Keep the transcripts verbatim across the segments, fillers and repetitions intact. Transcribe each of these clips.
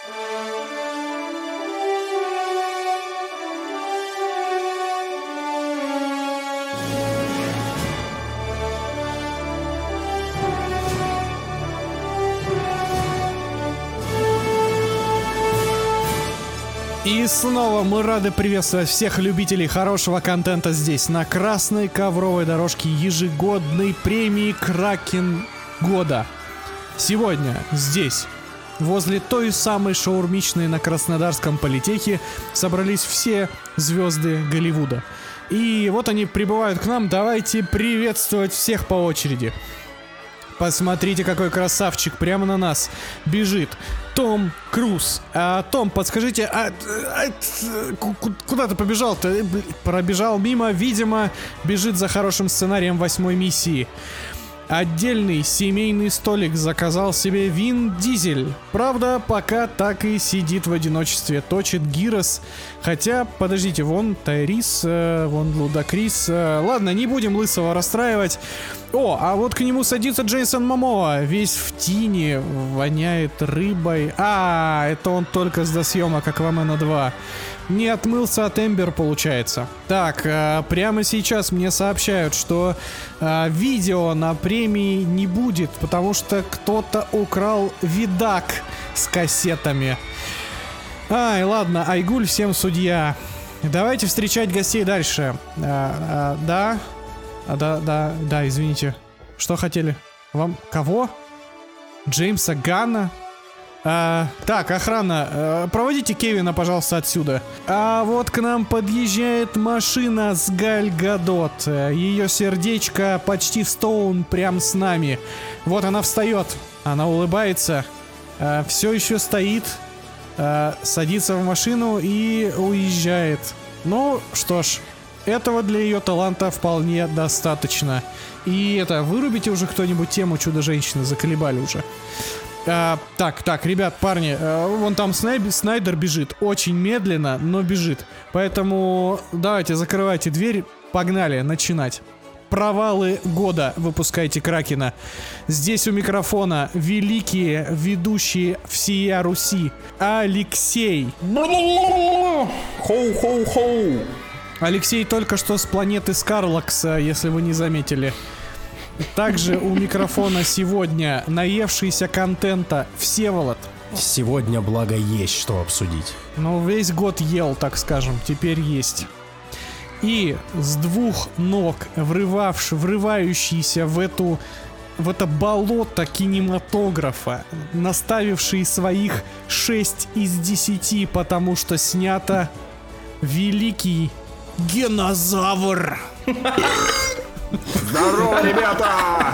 И снова мы рады приветствовать всех любителей хорошего контента здесь, на красной ковровой дорожке ежегодной премии Кракен года. Сегодня здесь, возле той самой шаурмичной на Краснодарском политехе, собрались все звезды Голливуда. И вот они прибывают к нам, давайте приветствовать всех по очереди. Посмотрите, какой красавчик прямо на нас бежит. Том Круз. А, Том, подскажите, а, а, куда ты побежал-то? Пробежал мимо, видимо, бежит за хорошим сценарием восьмой миссии. Отдельный семейный столик заказал себе Вин Дизель. Правда, пока так и сидит в одиночестве, точит гирос. Хотя, подождите, вон Тайрис, э, вон Лудакрис. Э, ладно, не будем лысого расстраивать. О, а вот к нему садится Джейсон Момоа. Весь в тине, воняет рыбой. А, это он только с досъемок Аквамена два. Не отмылся от Эмбер, получается. Так, э, прямо сейчас мне сообщают, что э, видео на премии не будет, потому что кто-то украл видак с кассетами. Ай, ладно, Айгуль всем судья. Давайте встречать гостей дальше. А, а, да? А, да, да, да, извините. Что хотели? Вам кого? Джеймса Ганна? А, так, охрана, а, проводите Кевина, пожалуйста, отсюда. А вот к нам подъезжает машина с Галь Гадот. Ее сердечко почти в стоун прям с нами. Вот она встает, она улыбается, а, все еще стоит, а, садится в машину и уезжает. Ну, что ж, этого для ее таланта вполне достаточно. И это, вырубите уже кто-нибудь тему Чудо-женщины, заколебали уже. А, так, так, ребят, парни, а, вон там Снайд, Снайдер бежит, очень медленно, но бежит. Поэтому давайте закрывайте дверь, погнали, начинать. Провалы года выпускайте Кракена. Здесь у микрофона великие ведущие всея Руси. Алексей. Хоу-хоу-хоу. Алексей только что с планеты Скарлакса, если вы не заметили. Также у микрофона сегодня наевшийся контента Всеволод. Сегодня, благо, есть что обсудить. Ну, весь год ел, так скажем, теперь есть. И с двух ног, врывавший, врывающийся в эту, в это болото кинематографа, наставивший своих шесть из десяти, потому что снято, великий Генозавр. Здорово, ребята!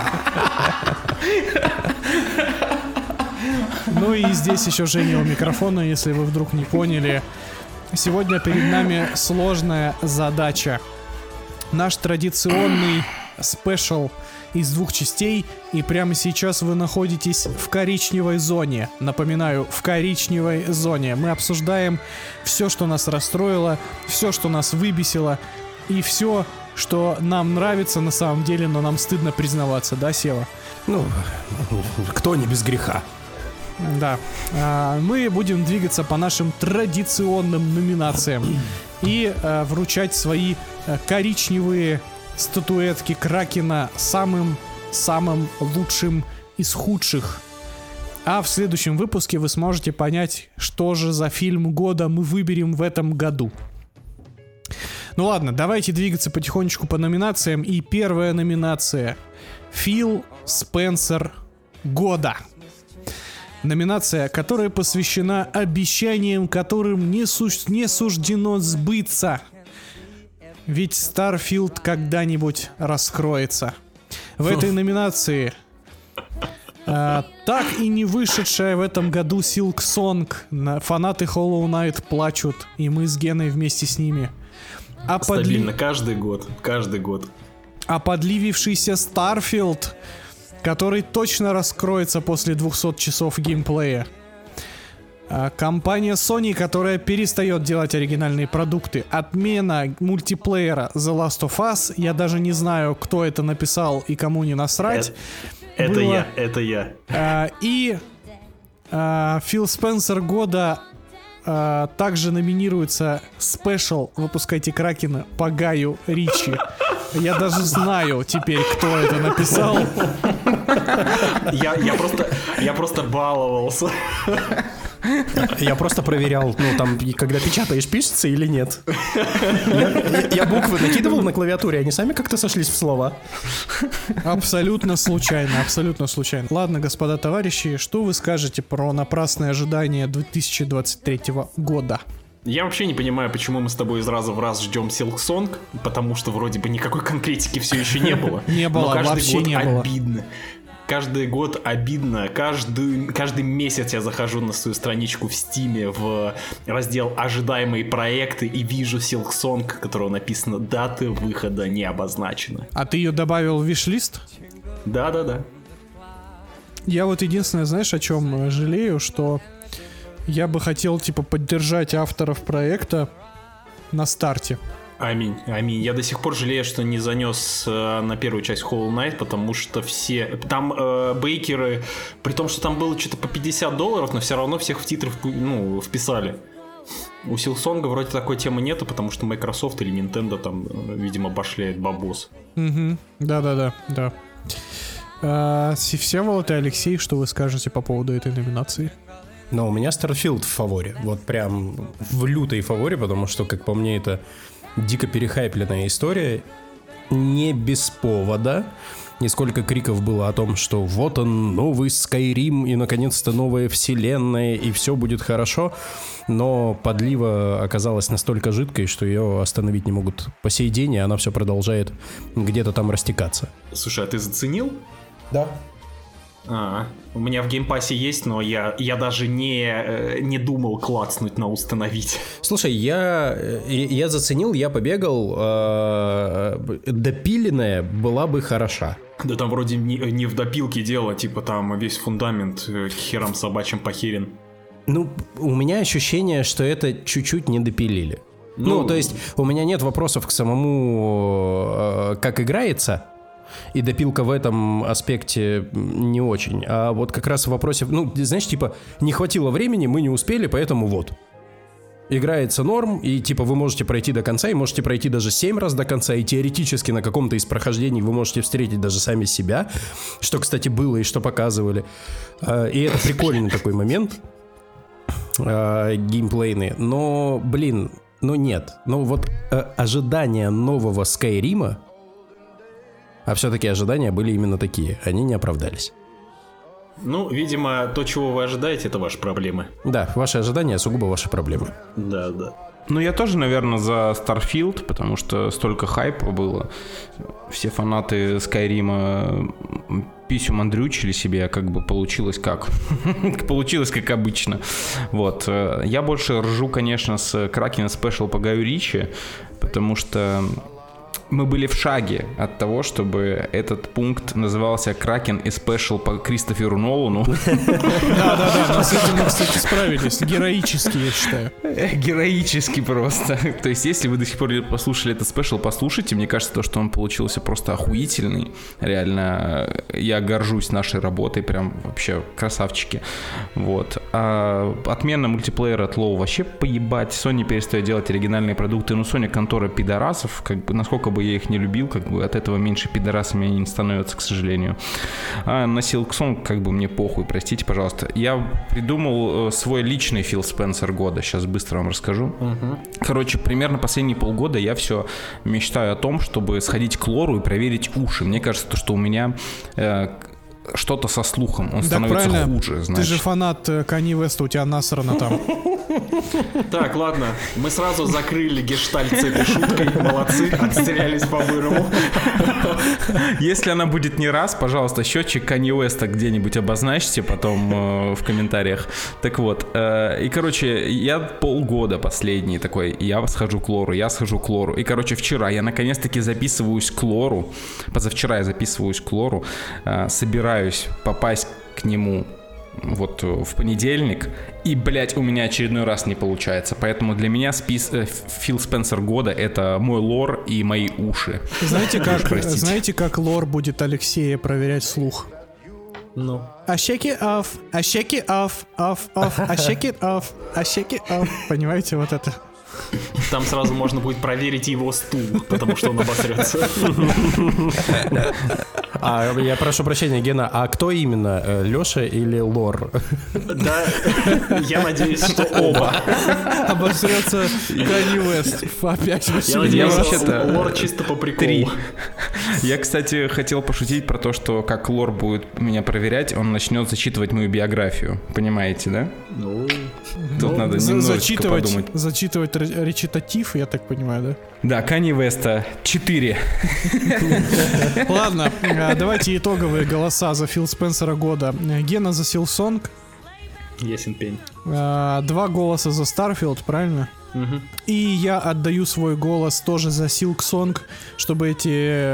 Ну и здесь еще Женя у микрофона, если вы вдруг не поняли. Сегодня перед нами сложная задача. Наш традиционный спешл из двух частей, и прямо сейчас вы находитесь в коричневой зоне. Напоминаю, в коричневой зоне. Мы обсуждаем все, что нас расстроило, все, что нас выбесило, и все, что нам нравится на самом деле, но нам стыдно признаваться, да, Сева? Ну, кто не без греха. Да. А, мы будем двигаться по нашим традиционным номинациям и а, вручать свои а, коричневые статуэтки Кракена самым-самым лучшим из худших. А в следующем выпуске вы сможете понять, что же за фильм года мы выберем в этом году. Ну ладно, давайте двигаться потихонечку по номинациям. И первая номинация — Фил Спенсер года. Номинация, которая посвящена обещаниям, которым не, су- не суждено сбыться. Ведь Старфилд когда-нибудь раскроется. В этой номинации э, так и не вышедшая в этом году Silk Song. Фанаты Hollow Knight плачут, и мы с Геной вместе с ними. А Стабильно, подли... каждый год, каждый год. А подливившийся Starfield, который точно раскроется после двухсот часов геймплея. А компания Sony, которая перестает делать оригинальные продукты. Отмена мультиплеера The Last of Us. Я даже не знаю, кто это написал и кому не насрать. Это, это Было... я, это я. А, и А, Фил Спенсер года а, также номинируется спешл «Выпускайте Кракена» по Гаю Ричи. Я даже знаю теперь, кто это написал. Я, я, просто, я просто баловался. Я просто проверял, ну там, когда печатаешь, пишется или нет. Я, я буквы накидывал на клавиатуре, они сами как-то сошлись в слова. Абсолютно случайно, абсолютно случайно. Ладно, господа товарищи, что вы скажете про напрасные ожидания две тысячи двадцать третьего года? Я вообще не понимаю, почему мы с тобой из раза в раз ждем Silksong, потому что вроде бы никакой конкретики все еще не было. Не было, вообще не было. Обидно. Каждый год обидно. Каждый, каждый месяц я захожу на свою страничку в Стиме в раздел «Ожидаемые проекты» и вижу Silksong, в котором написано «Даты выхода не обозначены». А ты ее добавил в виш-лист? Да-да-да. Я вот единственное, знаешь, о чем жалею, что я бы хотел, типа, поддержать авторов проекта на старте. Аминь, аминь. Я до сих пор жалею, что не занес э, на первую часть Hollow Knight, потому что все... Там э, бейкеры, при том, что там было что-то по пятьдесят долларов, но все равно всех в титры ну, вписали. У Silksong вроде такой темы нету, потому что Microsoft или Nintendo там, видимо, башляет бабос. Угу. Да-да-да, да. А, Всеволод и Алексей, что вы скажете по поводу этой номинации? Но у меня Starfield в фаворе. Вот прям в лютой фаворе, потому что, как по мне, это дико перехайпленная история. Не без повода. Несколько криков было о том, что вот он, новый Skyrim, и наконец-то новая вселенная, и все будет хорошо. Но подлива оказалась настолько жидкой, что ее остановить не могут по сей день, и она все продолжает где-то там растекаться. Слушай, а ты заценил? Да. А, у меня в геймпассе есть, но я, я даже не, не думал клацнуть на установить. Слушай, я, я заценил, я побегал, э, допиленная была бы хороша. Да там вроде не, не в допилке дело, типа там весь фундамент к херам собачьим похерен. Ну, у меня ощущение, что это чуть-чуть не допилили. Ну, ну то есть у меня нет вопросов к самому, э, как играется. И допилка в этом аспекте не очень. А вот как раз в вопросе, ну, знаешь, типа, не хватило времени, мы не успели, поэтому вот. Играется норм, и типа вы можете пройти до конца, и можете пройти даже семь раз до конца, и теоретически на каком-то из прохождений вы можете встретить даже сами себя, что, кстати, было и что показывали. И это прикольный такой момент геймплейный. Но, блин, ну нет. Ну вот ожидания нового Скайрима, а все-таки ожидания были именно такие. Они не оправдались. Ну, видимо, то, чего вы ожидаете, это ваши проблемы. Да, ваши ожидания сугубо ваши проблемы. Да, да. Ну, я тоже, наверное, за Starfield, потому что столько хайпа было. Все фанаты Скайрима писю мандрючили себе, а как бы получилось как? Получилось как обычно. Вот. Я больше ржу, конечно, с Кракена Спешл по Гаю Ричи, потому что мы были в шаге от того, чтобы этот пункт назывался «Кракен и спешл по Кристоферу Нолану». Да-да-да, но с этим мы, кстати, справились. Героически, я считаю. Героически просто. То есть, если вы до сих пор не послушали этот спешл, послушайте. Мне кажется, то, что он получился просто охуительный. Реально, я горжусь нашей работой. Прям вообще красавчики. Вот. А отмена мультиплеера от Лоу вообще поебать. Sony перестает делать оригинальные продукты. Ну, Sony контора пидорасов. Как бы, насколько бы я их не любил, как бы от этого меньше пидорасами они не становятся, к сожалению. А на Silksong как бы мне похуй, простите, пожалуйста. Я придумал свой личный Фил Спенсер года, сейчас быстро вам расскажу. Uh-huh. Короче, примерно последние полгода я все мечтаю о том, чтобы сходить к Лору и проверить уши. Мне кажется, что у меня э, что-то со слухом, он так становится правильно. Хуже. Знаешь. Ты же фанат Канье Уэста, у тебя насрано там. Так, ладно, мы сразу закрыли гештальт с этой шуткой. Молодцы, отстрелялись по-бырому. Если она будет не раз, пожалуйста, счетчик Канье Уэста где-нибудь обозначьте потом э, в комментариях. Так вот, э, и, короче, я полгода последний такой, я схожу к Лору, я схожу к Лору. И, короче, вчера я наконец-таки записываюсь к Лору, позавчера я записываюсь к Лору, э, собираюсь попасть к нему вот в понедельник, и, блядь, у меня очередной раз не получается. Поэтому для меня спис... Фил Спенсер года — это мой лор и мои уши. Знаете, как, знаете, как лор будет Алексея проверять слух? Ну. I shake it off, I shake it off, off, off, I shake it off, I shake it off. Понимаете, вот это? Там сразу можно будет проверить его стул, потому что он обосрется. А, я прошу прощения, Гена, а кто именно, Леша или Лор? Да, я надеюсь, что оба. Обосрется Канье Уэст. Опять Я надеюсь, вообще-то Лор чисто по приколу. Три. Я, кстати, хотел пошутить про то, что как Лор будет меня проверять, он начнет зачитывать мою биографию. Понимаете, да? Ну, Тут ну, надо За- немножечко зачитывать, подумать. зачитывать ре- речитатив, я так понимаю, да? Да, Канье Уэста четыре. Ладно, а, давайте итоговые голоса за Фил Спенсера года. Гена за Силсонг, ясен пень. а, два голоса за Старфилд, правильно? Мгм. И я отдаю свой голос тоже за Силксонг, чтобы эти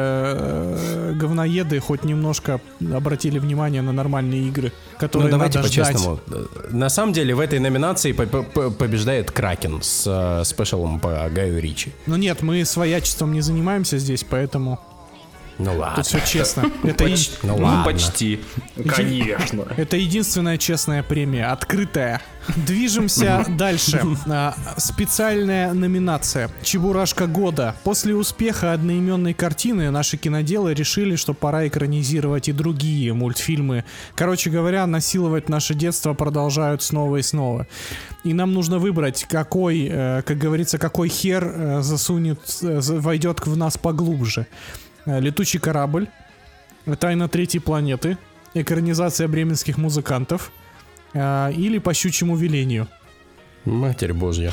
э, говноеды хоть немножко обратили внимание на нормальные игры, которые Ну давайте надо ждать. по-честному. На самом деле в этой номинации по- по- побеждает Кракен с э, спешалом по Гаю Ричи. Но нет, мы своячеством не занимаемся здесь, поэтому Ну ладно. тут все честно. Это, и- Ну Ну, ладно. почти. Конечно. это единственная честная премия, открытая. Движемся дальше. А, Специальная номинация «Чебурашка года». После успеха одноименной картины наши киноделы решили, что пора экранизировать и другие мультфильмы. Короче говоря, насиловать наше детство продолжают снова и снова. И нам нужно выбрать, какой, э, как говорится, какой хер э, засунет, э, за- войдет в нас поглубже. Э, «Летучий корабль», «Тайна третьей планеты», экранизация бременских музыкантов э, или «По щучьему велению». Матерь Божья.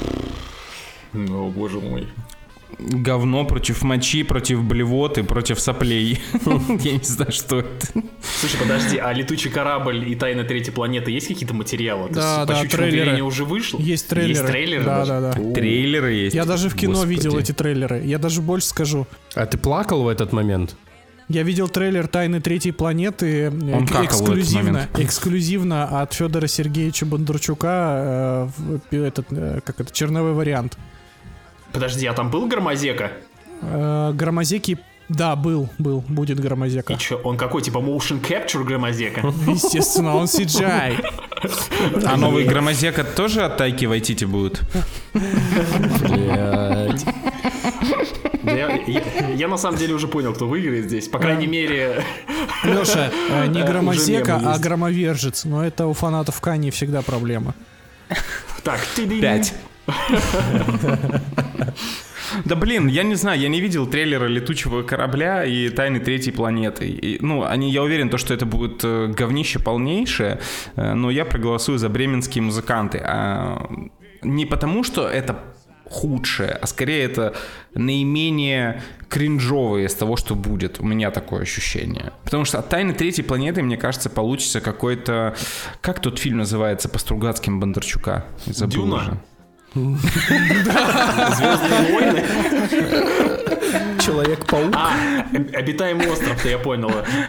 О, боже мой. Говно против мочи, против блевоты, против соплей. Я не знаю, что это. Слушай, подожди, а «Летучий корабль» и «Тайна третьей планеты» есть какие-то материалы? То Да, есть, да, «По щучьему трейлеры. велению» уже вышло? Есть трейлеры. Есть трейлеры Да, даже? да, да. О. Трейлеры есть. Я даже в кино Господи. видел эти трейлеры. Я даже больше скажу. А ты плакал в этот момент? Я видел трейлер «Тайны третьей планеты» э, Он эк- какал в этот эксклюзивно, момент. эксклюзивно от Федора Сергеевича Бондарчука, э, в- пи- этот, э, как это, черновой вариант. Подожди, а там был Громозека? Э, Громозеки, да, был, был, будет Громозека. И чё, он какой, типа motion capture Громозека? Естественно, он си джи ай. А новый Громозека тоже от Тайки Вайтити будет? Блядь. Да Я я- я на самом деле уже понял, кто выиграет здесь. По крайней мере... Леша, э, не Уже Громозека, мемы а есть. Громовержец. Но это у фанатов Кани всегда проблема. Так, ты Пять. Да блин, я не знаю, я не видел трейлера «Летучего корабля» и «Тайны третьей планеты». И, ну, они, я уверен, то, что это будет э, говнище полнейшее, э, но я проголосую за бременские музыканты. А, не потому, что это худшее, а скорее это наименее кринжовое из того, что будет. У меня такое ощущение. Потому что от «Тайны третьей планеты», мне кажется, получится какой-то... Как тот фильм называется по Стругацким Бондарчука? Забыл «Дюна». уже. «Звездные войны». Человек-паук. А, об- «Обитаемый остров», я понял.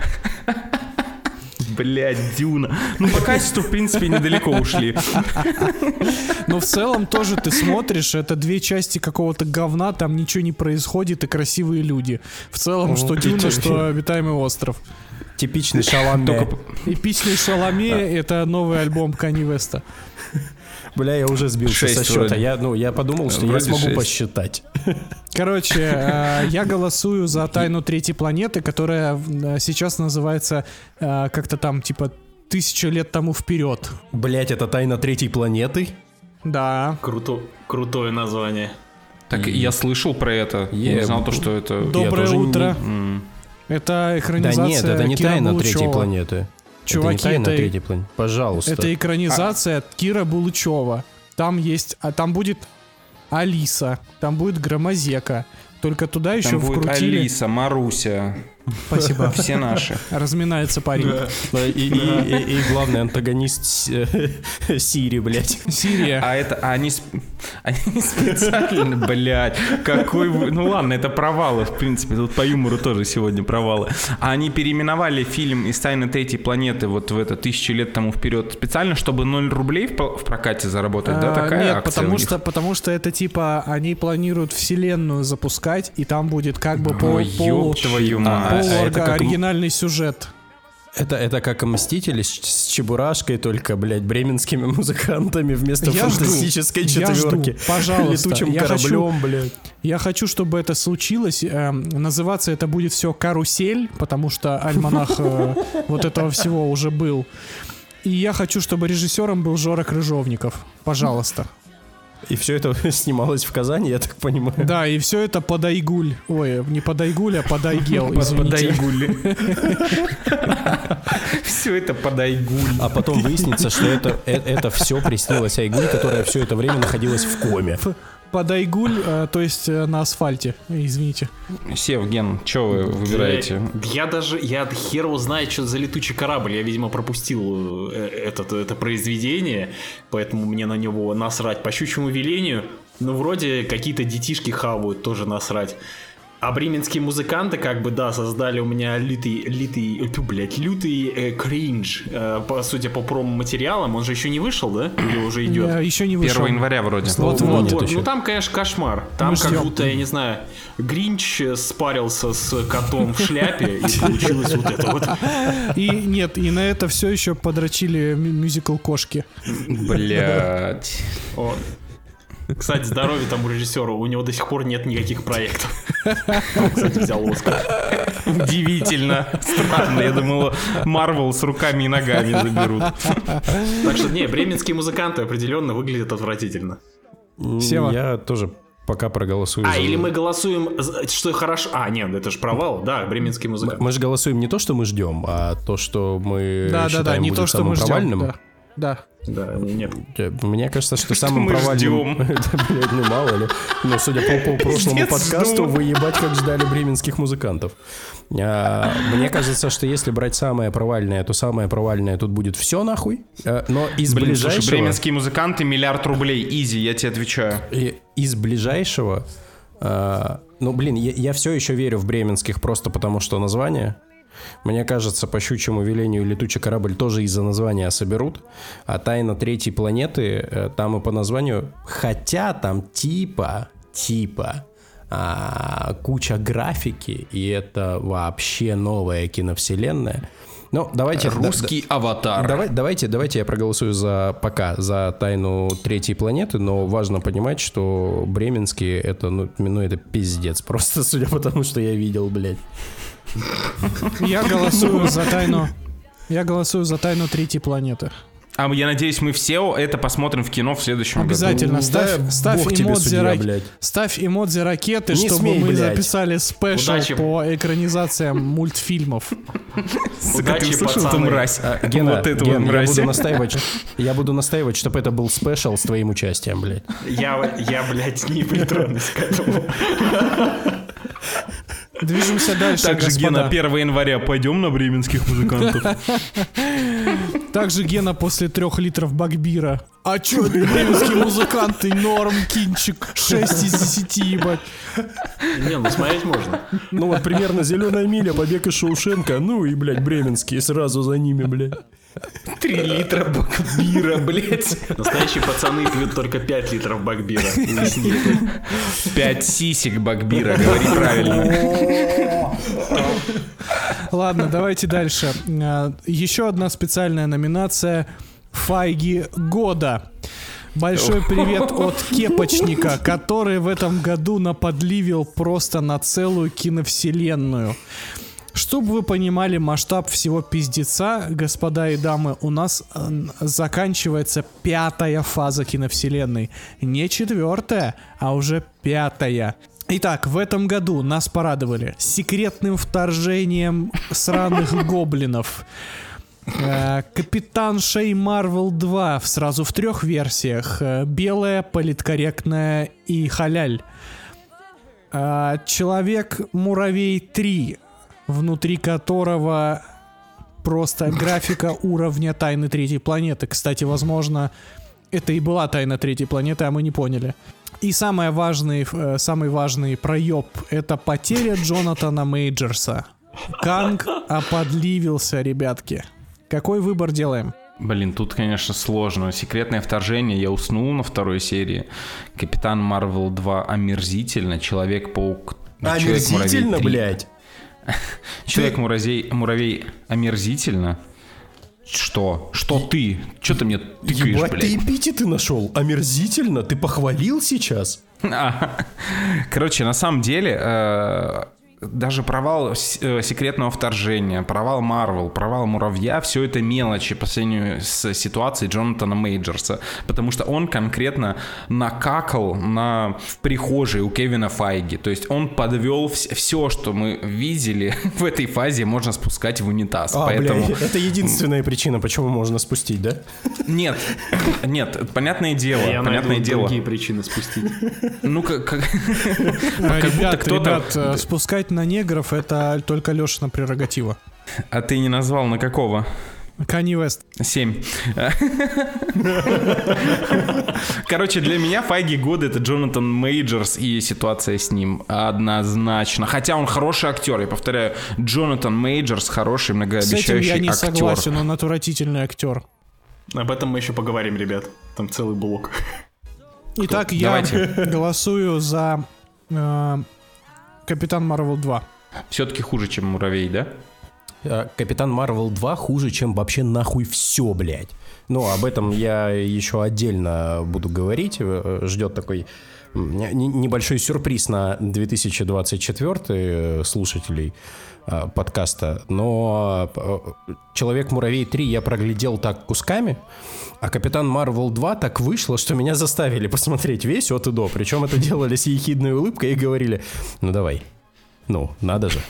Блядь, Дюна. Ну, по качеству, в принципе, недалеко ушли. Но в целом тоже ты смотришь, это две части какого-то говна, там ничего не происходит и красивые люди. В целом, что Дюна, что обитаемый остров. Типичный Шаламе. Только Эпичный Шаламе — это новый альбом Канье Веста. Бля, я уже сбился Шесть со счета. вроде. Я, ну, я подумал, что я Вроде смогу шесть. посчитать. Короче, э, я голосую за «Тайну третьей планеты», которая э, сейчас называется э, как-то там типа «Тысяча лет тому вперед». Блять, это тайна третьей планеты? Да. Круто, крутое название. Так я слышал про это. Я не Е- знал то, что это... Доброе тоже не- утро. М. Это Да экранизация нет, это не Кира тайна Булычева. третьей планеты. Чуваки, это не тайна это- третьей планеты. Пожалуйста. Это экранизация Кира Булычева. Там есть, а там будет Алиса, там будет Громозека. Только туда еще Там будет вкрутили. Алиса, Маруся, Спасибо. все наши. Разминается парень. И, и- и- и главный антагонист С- Сири, блядь. Сирия. А это а они, сп- они специально, блядь, какой вы... Ну ладно, это провалы, в принципе, тут по юмору тоже сегодня провалы. А они переименовали фильм из «Тайны третьей планеты» вот в это «Тысячу лет тому вперед» специально, чтобы ноль рублей в, по- в прокате заработать, да? А, Такая Нет, акция потому у них? что, потому что это типа они планируют вселенную запускать, и там будет как бы Ой, пол, ёб твою мать. А, полу это как м- оригинальный сюжет. Это, это как Мстители с, с Чебурашкой, только, блядь, бременскими музыкантами вместо Я фантастической жду, я четверки. жду, пожалуйста. Летучим Я кораблем, хочу, блядь. Я хочу, чтобы это случилось. Э, называться это будет все «Карусель», потому что альманах э, вот этого всего уже был. И я хочу, чтобы режиссером был Жора Крыжовников. Пожалуйста. И все это снималось в Казани, я так понимаю. Да, и все это под Айгуль. Ой, не под Айгуль, а под Айгел, извините. Все это под Айгуль. А потом выяснится, что это, это, это все приснилось Айгуль, которая все это время находилась в коме. Под Айгуль, э, то есть э, на асфальте, извините. Севген, что вы выбираете? Я, я даже, я хер его знает, что за летучий корабль. Я, видимо, пропустил этот, это произведение, поэтому мне на него насрать. По щучьему велению, ну, вроде какие-то детишки хавают, тоже насрать. А бременские музыканты, как бы, да, создали у меня лютый, лютый, тю, блядь, лютый э, кринж, э, по, судя по промо-материалам. Он же еще не вышел, да? Или уже идет? Я еще не вышел. первого января вроде. Вот, Вот, вот. вот. Ну там, конечно, кошмар. Там Мы как ждем. будто, я не знаю, Гринч спарился с котом в шляпе, и получилось вот это вот. И нет, и на это все еще подрочили м- мюзикл «Кошки». Блять. О. Кстати, здоровье тому режиссеру, у него до сих пор нет никаких проектов. Он, кстати, взял Оскар. Удивительно. Странно. Я думал, Марвел с руками и ногами заберут. Так что, не, бременские музыканты определенно выглядят отвратительно. Сева. Я тоже пока проголосую А, за... или мы голосуем, что хорошо... А, нет, это же провал, да, бременские музыканты. Мы же голосуем не то, что мы ждем, а то, что мы Да, да, считаем да, не будет то, что самым мы ждем. провальным. Да. Да. Да, нет. Мне кажется, что самым мы провальным... ждем? Это, блядь, ну мало ли. Но судя по, по прошлому Пиздец, подкасту, жду. вы ебать как ждали бременских музыкантов. А, мне кажется, что если брать самое провальное, то самое провальное тут будет все нахуй. А, но из Блин, ближайшего... слушай, бременские музыканты миллиард рублей. Изи, я тебе отвечаю. И из ближайшего... а, ну, блин, я, я все еще верю в бременских просто потому, что название... Мне кажется, по щучьему велению летучий корабль тоже из-за названия соберут. А тайна третьей планеты э, там и по названию. Хотя там типа, типа а, куча графики, и это вообще новая киновселенная. Ну, давайте... Русский да, аватар. Давай, давайте, давайте я проголосую за пока за тайну третьей планеты, но важно понимать, что бременские это, ну, ну это пиздец. Просто судя по тому, что я видел, блядь. Я голосую за тайну. Я голосую за тайну третьей планеты. А я надеюсь, мы все это посмотрим в кино в следующем Обязательно. Ну, Ставь, да, ставь, бог тебе эмодзи, судья, рак- блядь. ставь эмодзи ракеты, Не чтобы смей, мы блядь. записали спешл Удачи. по экранизациям мультфильмов. году. Сука, ты Удачи, услышал эту пацаны. мразь? А, Гена, Вот эту Ген, вот я мразь. буду настаивать, я буду настаивать, чтобы это был спешл с твоим участием, блядь. Я, я, блядь, не притронусь к этому. Движемся дальше, Также, господа. Гена, первого января пойдем на бременских музыкантов. Также Гена после трех литров Багбира. А чё, бременские музыканты, норм, кинчик, шесть из десяти, ебать. Не, ну смотреть можно. Ну вот примерно «Зеленая миля», «Побег из Шоушенка», ну и, блядь, бременские сразу за ними, блядь. Три литра бакбира, блядь. Настоящие пацаны пьют только пять литров Багбира. Уясни. Пять сисек бакбира, говори правильно. Ладно, давайте дальше. А, Еще одна специальная номинация «Файги года». Большой привет от Кепочника, который в этом году наподливил просто на целую киновселенную. Чтобы вы понимали масштаб всего пиздеца, господа и дамы, у нас э, заканчивается пятая фаза киновселенной. Не четвертая, а уже пятая. Итак, в этом году нас порадовали секретным вторжением сраных гоблинов. Э, Капитан Шей Марвел два в сразу в трех версиях. Э, Белая, политкорректная и халяль. Э, Человек-муравей три, внутри которого просто графика уровня Тайны Третьей Планеты. Кстати, возможно, это и была Тайна Третьей Планеты, а мы не поняли. И самый важный, э, самый важный проеб — это потеря Джонатана Мейджерса. Канг оподливился, ребятки. Какой выбор делаем? Блин, тут, конечно, сложно. Секретное вторжение, я уснул на второй серии. Капитан Марвел два омерзительно. Человек-паук... Человек-муравей Омерзительно, три. блядь. Человек-муравей муравей омерзительно. Что? Что ты? Что ты мне тыкаешь, Ебать, блядь? ты эпитеты нашел. Омерзительно? Ты похвалил сейчас? Короче, на самом деле, э, даже провал с- э, секретного вторжения, провал Марвел, провал Муравья, все это мелочи по сравнению с ситуацией Джонатана Мейджерса, потому что он конкретно накакал на, в прихожей у Кевина Файги, то есть он подвел вс- все, что мы видели в этой фазе, можно спускать в унитаз. А, Поэтому... бля, это единственная причина, почему можно спустить, да? Нет, нет, понятное дело, Я понятное найду дело. другие причины спустить. Ну, как, как, А, как будто Ребят, кто-то... ребят, э, спускать на негров — это только Лешина прерогатива. А ты не назвал на какого? Канье Вест. Семь. Короче, для меня Файги года — это Джонатан Мейджерс и ситуация с ним. Однозначно. Хотя он хороший актер, я повторяю. Джонатан Мейджерс хороший, С многообещающий этим я не актер. согласен, он отвратительный актер. Об этом мы еще поговорим, ребят. Там целый блок. Итак, я Давайте. голосую за э, Капитан Марвел два. Все-таки хуже, чем Муравей, да? А, Капитан Марвел два хуже, чем вообще нахуй все, блядь. Ну, об этом я еще отдельно буду говорить. Э, Ждет такой м, не- небольшой сюрприз на две тысячи двадцать четвёртый слушателей э, подкаста. Но э, Человек-муравей три я проглядел так кусками, а Капитан Марвел два так вышло, что меня заставили посмотреть весь от и до. Причем это делали с ехидной улыбкой и говорили: ну давай, ну надо же.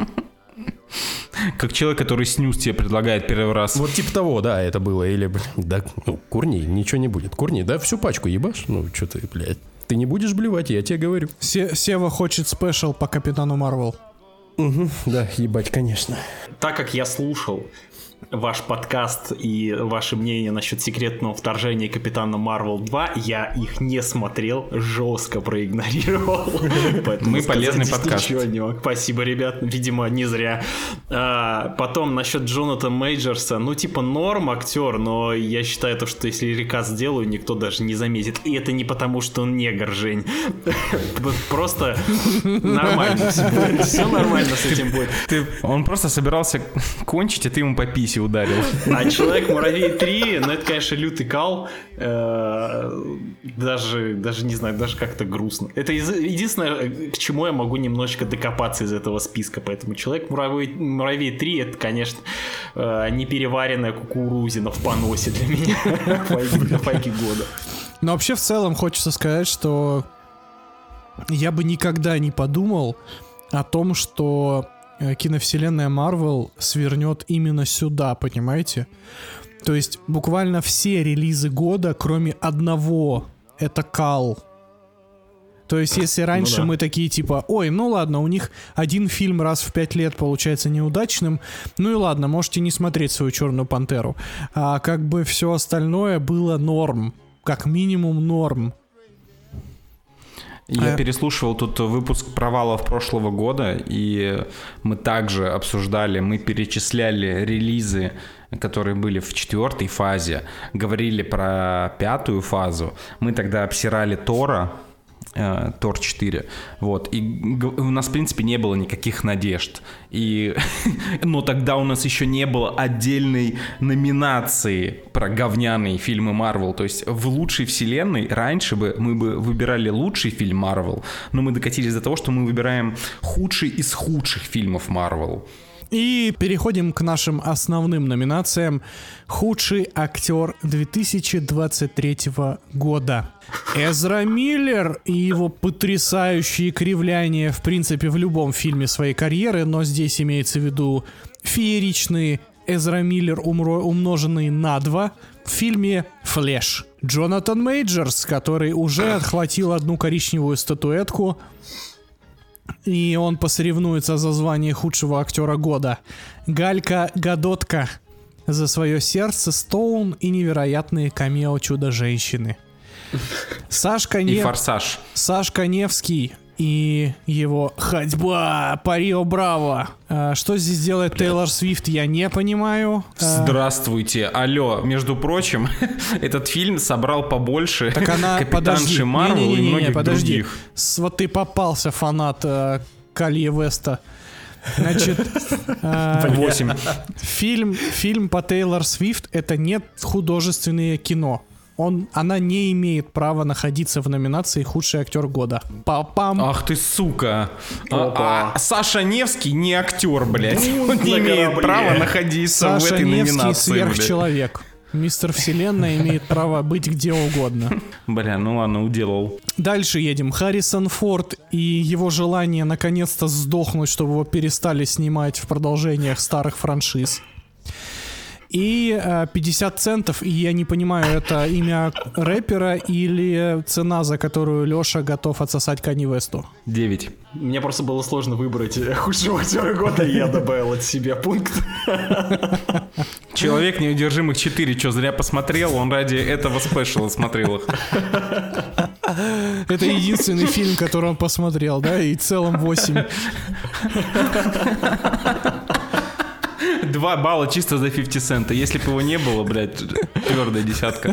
Как человек, который снюс тебе предлагает первый раз. Вот типа того, да, это было. Или, блин, да, ну, курни, ничего не будет. Курни, да, всю пачку ебашь. Ну, что ты, блядь. Ты не будешь блевать, я тебе говорю. Се- Сева хочет спешл по Капитану Марвел. Угу, да, ебать, конечно. Так как я слушал ваш подкаст и ваше мнение насчет секретного вторжения Капитана Марвел два, я их не смотрел, жестко проигнорировал. Поэтому Мы сказать полезный здесь подкаст. ничего не мог. Спасибо, ребят, видимо, не зря. А, потом насчет Джонатана Мейджерса, ну типа норм актер, но я считаю то, что если рекаст сделаю, никто даже не заметит. И это не потому, что он негр, Жень. Просто нормально все будет. Все нормально с этим будет. Ты, он просто собирался кончить, а ты ему по писе ударил. А Человек-муравей три, ну это, конечно, лютый кал. Э, Даже, даже не знаю, даже как-то грустно. Это из- единственное, к чему я могу немножечко докопаться из этого списка. Поэтому Человек-муравей муравей три, это, конечно, э, непереваренная кукурузина в поносе для меня. Файги- Для файги года. Но вообще в целом хочется сказать, что я бы никогда не подумал о том, что э, киновселенная Марвел свернет именно сюда, понимаете? То есть буквально все релизы года, кроме одного, это кал. То есть если раньше да. мы такие типа, ой, ну ладно, у них один фильм раз в пять лет получается неудачным, ну и ладно, можете не смотреть свою «Черную пантеру». А как бы все остальное было норм, как минимум норм. Я А- переслушивал тут выпуск провалов прошлого года, и мы также обсуждали, мы перечисляли релизы, которые были в четвертой фазе, говорили про пятую фазу. Мы тогда обсирали Тора, э, Тор четыре, вот, и г- у нас, в принципе, не было никаких надежд. И, но тогда у нас еще не было отдельной номинации про говняные фильмы Марвел. То есть в лучшей вселенной раньше бы мы бы выбирали лучший фильм Марвел, но мы докатились до того, что мы выбираем худший из худших фильмов Марвел. И переходим к нашим основным номинациям. Худший актер две тысячи двадцать третьего года. Эзра Миллер и его потрясающие кривляния, в принципе, в любом фильме своей карьеры, но здесь имеется в виду фееричный Эзра Миллер, умро- умноженный на два, в фильме «Флэш». Джонатан Мейджерс, который уже отхватил одну коричневую статуэтку, и он посоревнуется за звание худшего актера года. Галька Гадотка за свое сердце, Стоун и невероятные камео Чудо-женщины. Сашка, И Нев... «Форсаж». Сашка Невский и его «Ходьба по Рио Браво». А, что здесь делает Тейлор Свифт, я не понимаю. А, Здравствуйте, алло, между прочим, этот фильм собрал побольше так она, подожди, Капитанши Марвел и не-не-не-не, многих подожди. других. С- вот ты попался, фанат э, Калье Веста. Значит, Восемь. фильм, фильм по Тейлор Свифт — это не художественное кино. Он, она не имеет права находиться в номинации «Худший актер года». Па-пам. Ах ты, сука. А, а Саша Невский не актер, блядь. Он не на имеет корабле. права находиться в Саша этой Невский номинации. блядь. сверхчеловек. Мистер Вселенная имеет право быть где угодно. Бля, ну ладно, уделал. Дальше едем. Харрисон Форд и его желание наконец-то сдохнуть, чтобы его перестали снимать в продолжениях старых франшиз. И э, пятьдесят центов, и я не понимаю, это имя рэпера или цена, за которую Леша готов отсосать Канье Весту. Девять. Мне просто было сложно выбрать худшего актера года, и я добавил от себя пункт. Человек неудержимых четыре, что зря посмотрел, он ради этого спешала смотрел их. Это единственный фильм, который он посмотрел, да, и в целом восемь. Два балла чисто за пятьдесят цента. Если бы его не было, блядь, твердая десятка.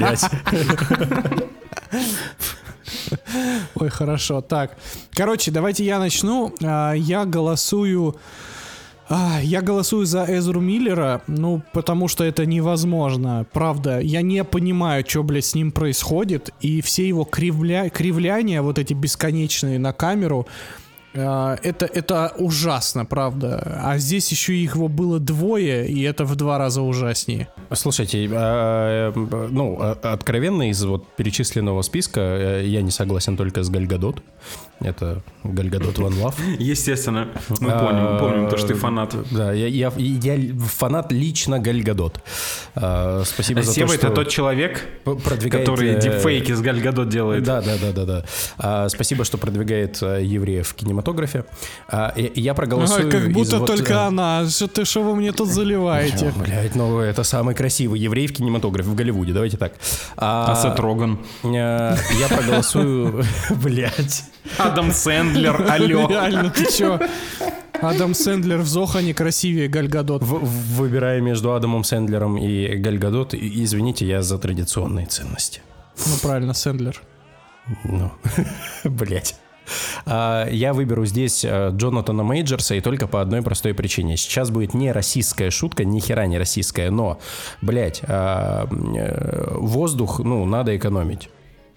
Ой, хорошо. Так, короче, давайте я начну. А, Я голосую... а, Я голосую за Эзру Миллера, ну, потому что это невозможно. Правда, я не понимаю, что, блядь, с ним происходит. И все его кривля... кривляния, вот эти бесконечные на камеру... Это, это ужасно, правда. А здесь еще их его было двое, и это в два раза ужаснее. Слушайте, а, ну, откровенно из вот перечисленного списка я не согласен только с Галь Гадот. Это Галь Гадот One Love. Естественно, мы помним, помним то, что ты фанат. Да, я, я, я фанат лично Галь Гадот. А, спасибо а за Сева то, что... это тот человек, продвигает, который дипфейки с Галь Гадот делает. Да, да, да, да, да. А, спасибо, что продвигает а, евреев в кинематографе. А, я, я проголосую. Ой, как будто из, только вот, она. Что ты, что вы мне тут заливаете? Блять, ну это самый красивый еврей в кинематографе в Голливуде. Давайте так. А, а Сет Роган? Я проголосую, блять. Адам Сэндлер, алло. Реально, ты чё? Адам Сэндлер в Зохане красивее Галь Гадот. В, выбирая между Адамом Сэндлером и Галь Гадот, извините, я за традиционные ценности. Ну правильно, Сэндлер. Ну, блять. А, я выберу здесь Джонатана Мейджерса, и только по одной простой причине. Сейчас будет не российская шутка, ни хера не российская, но, блять, а, воздух, ну, надо экономить.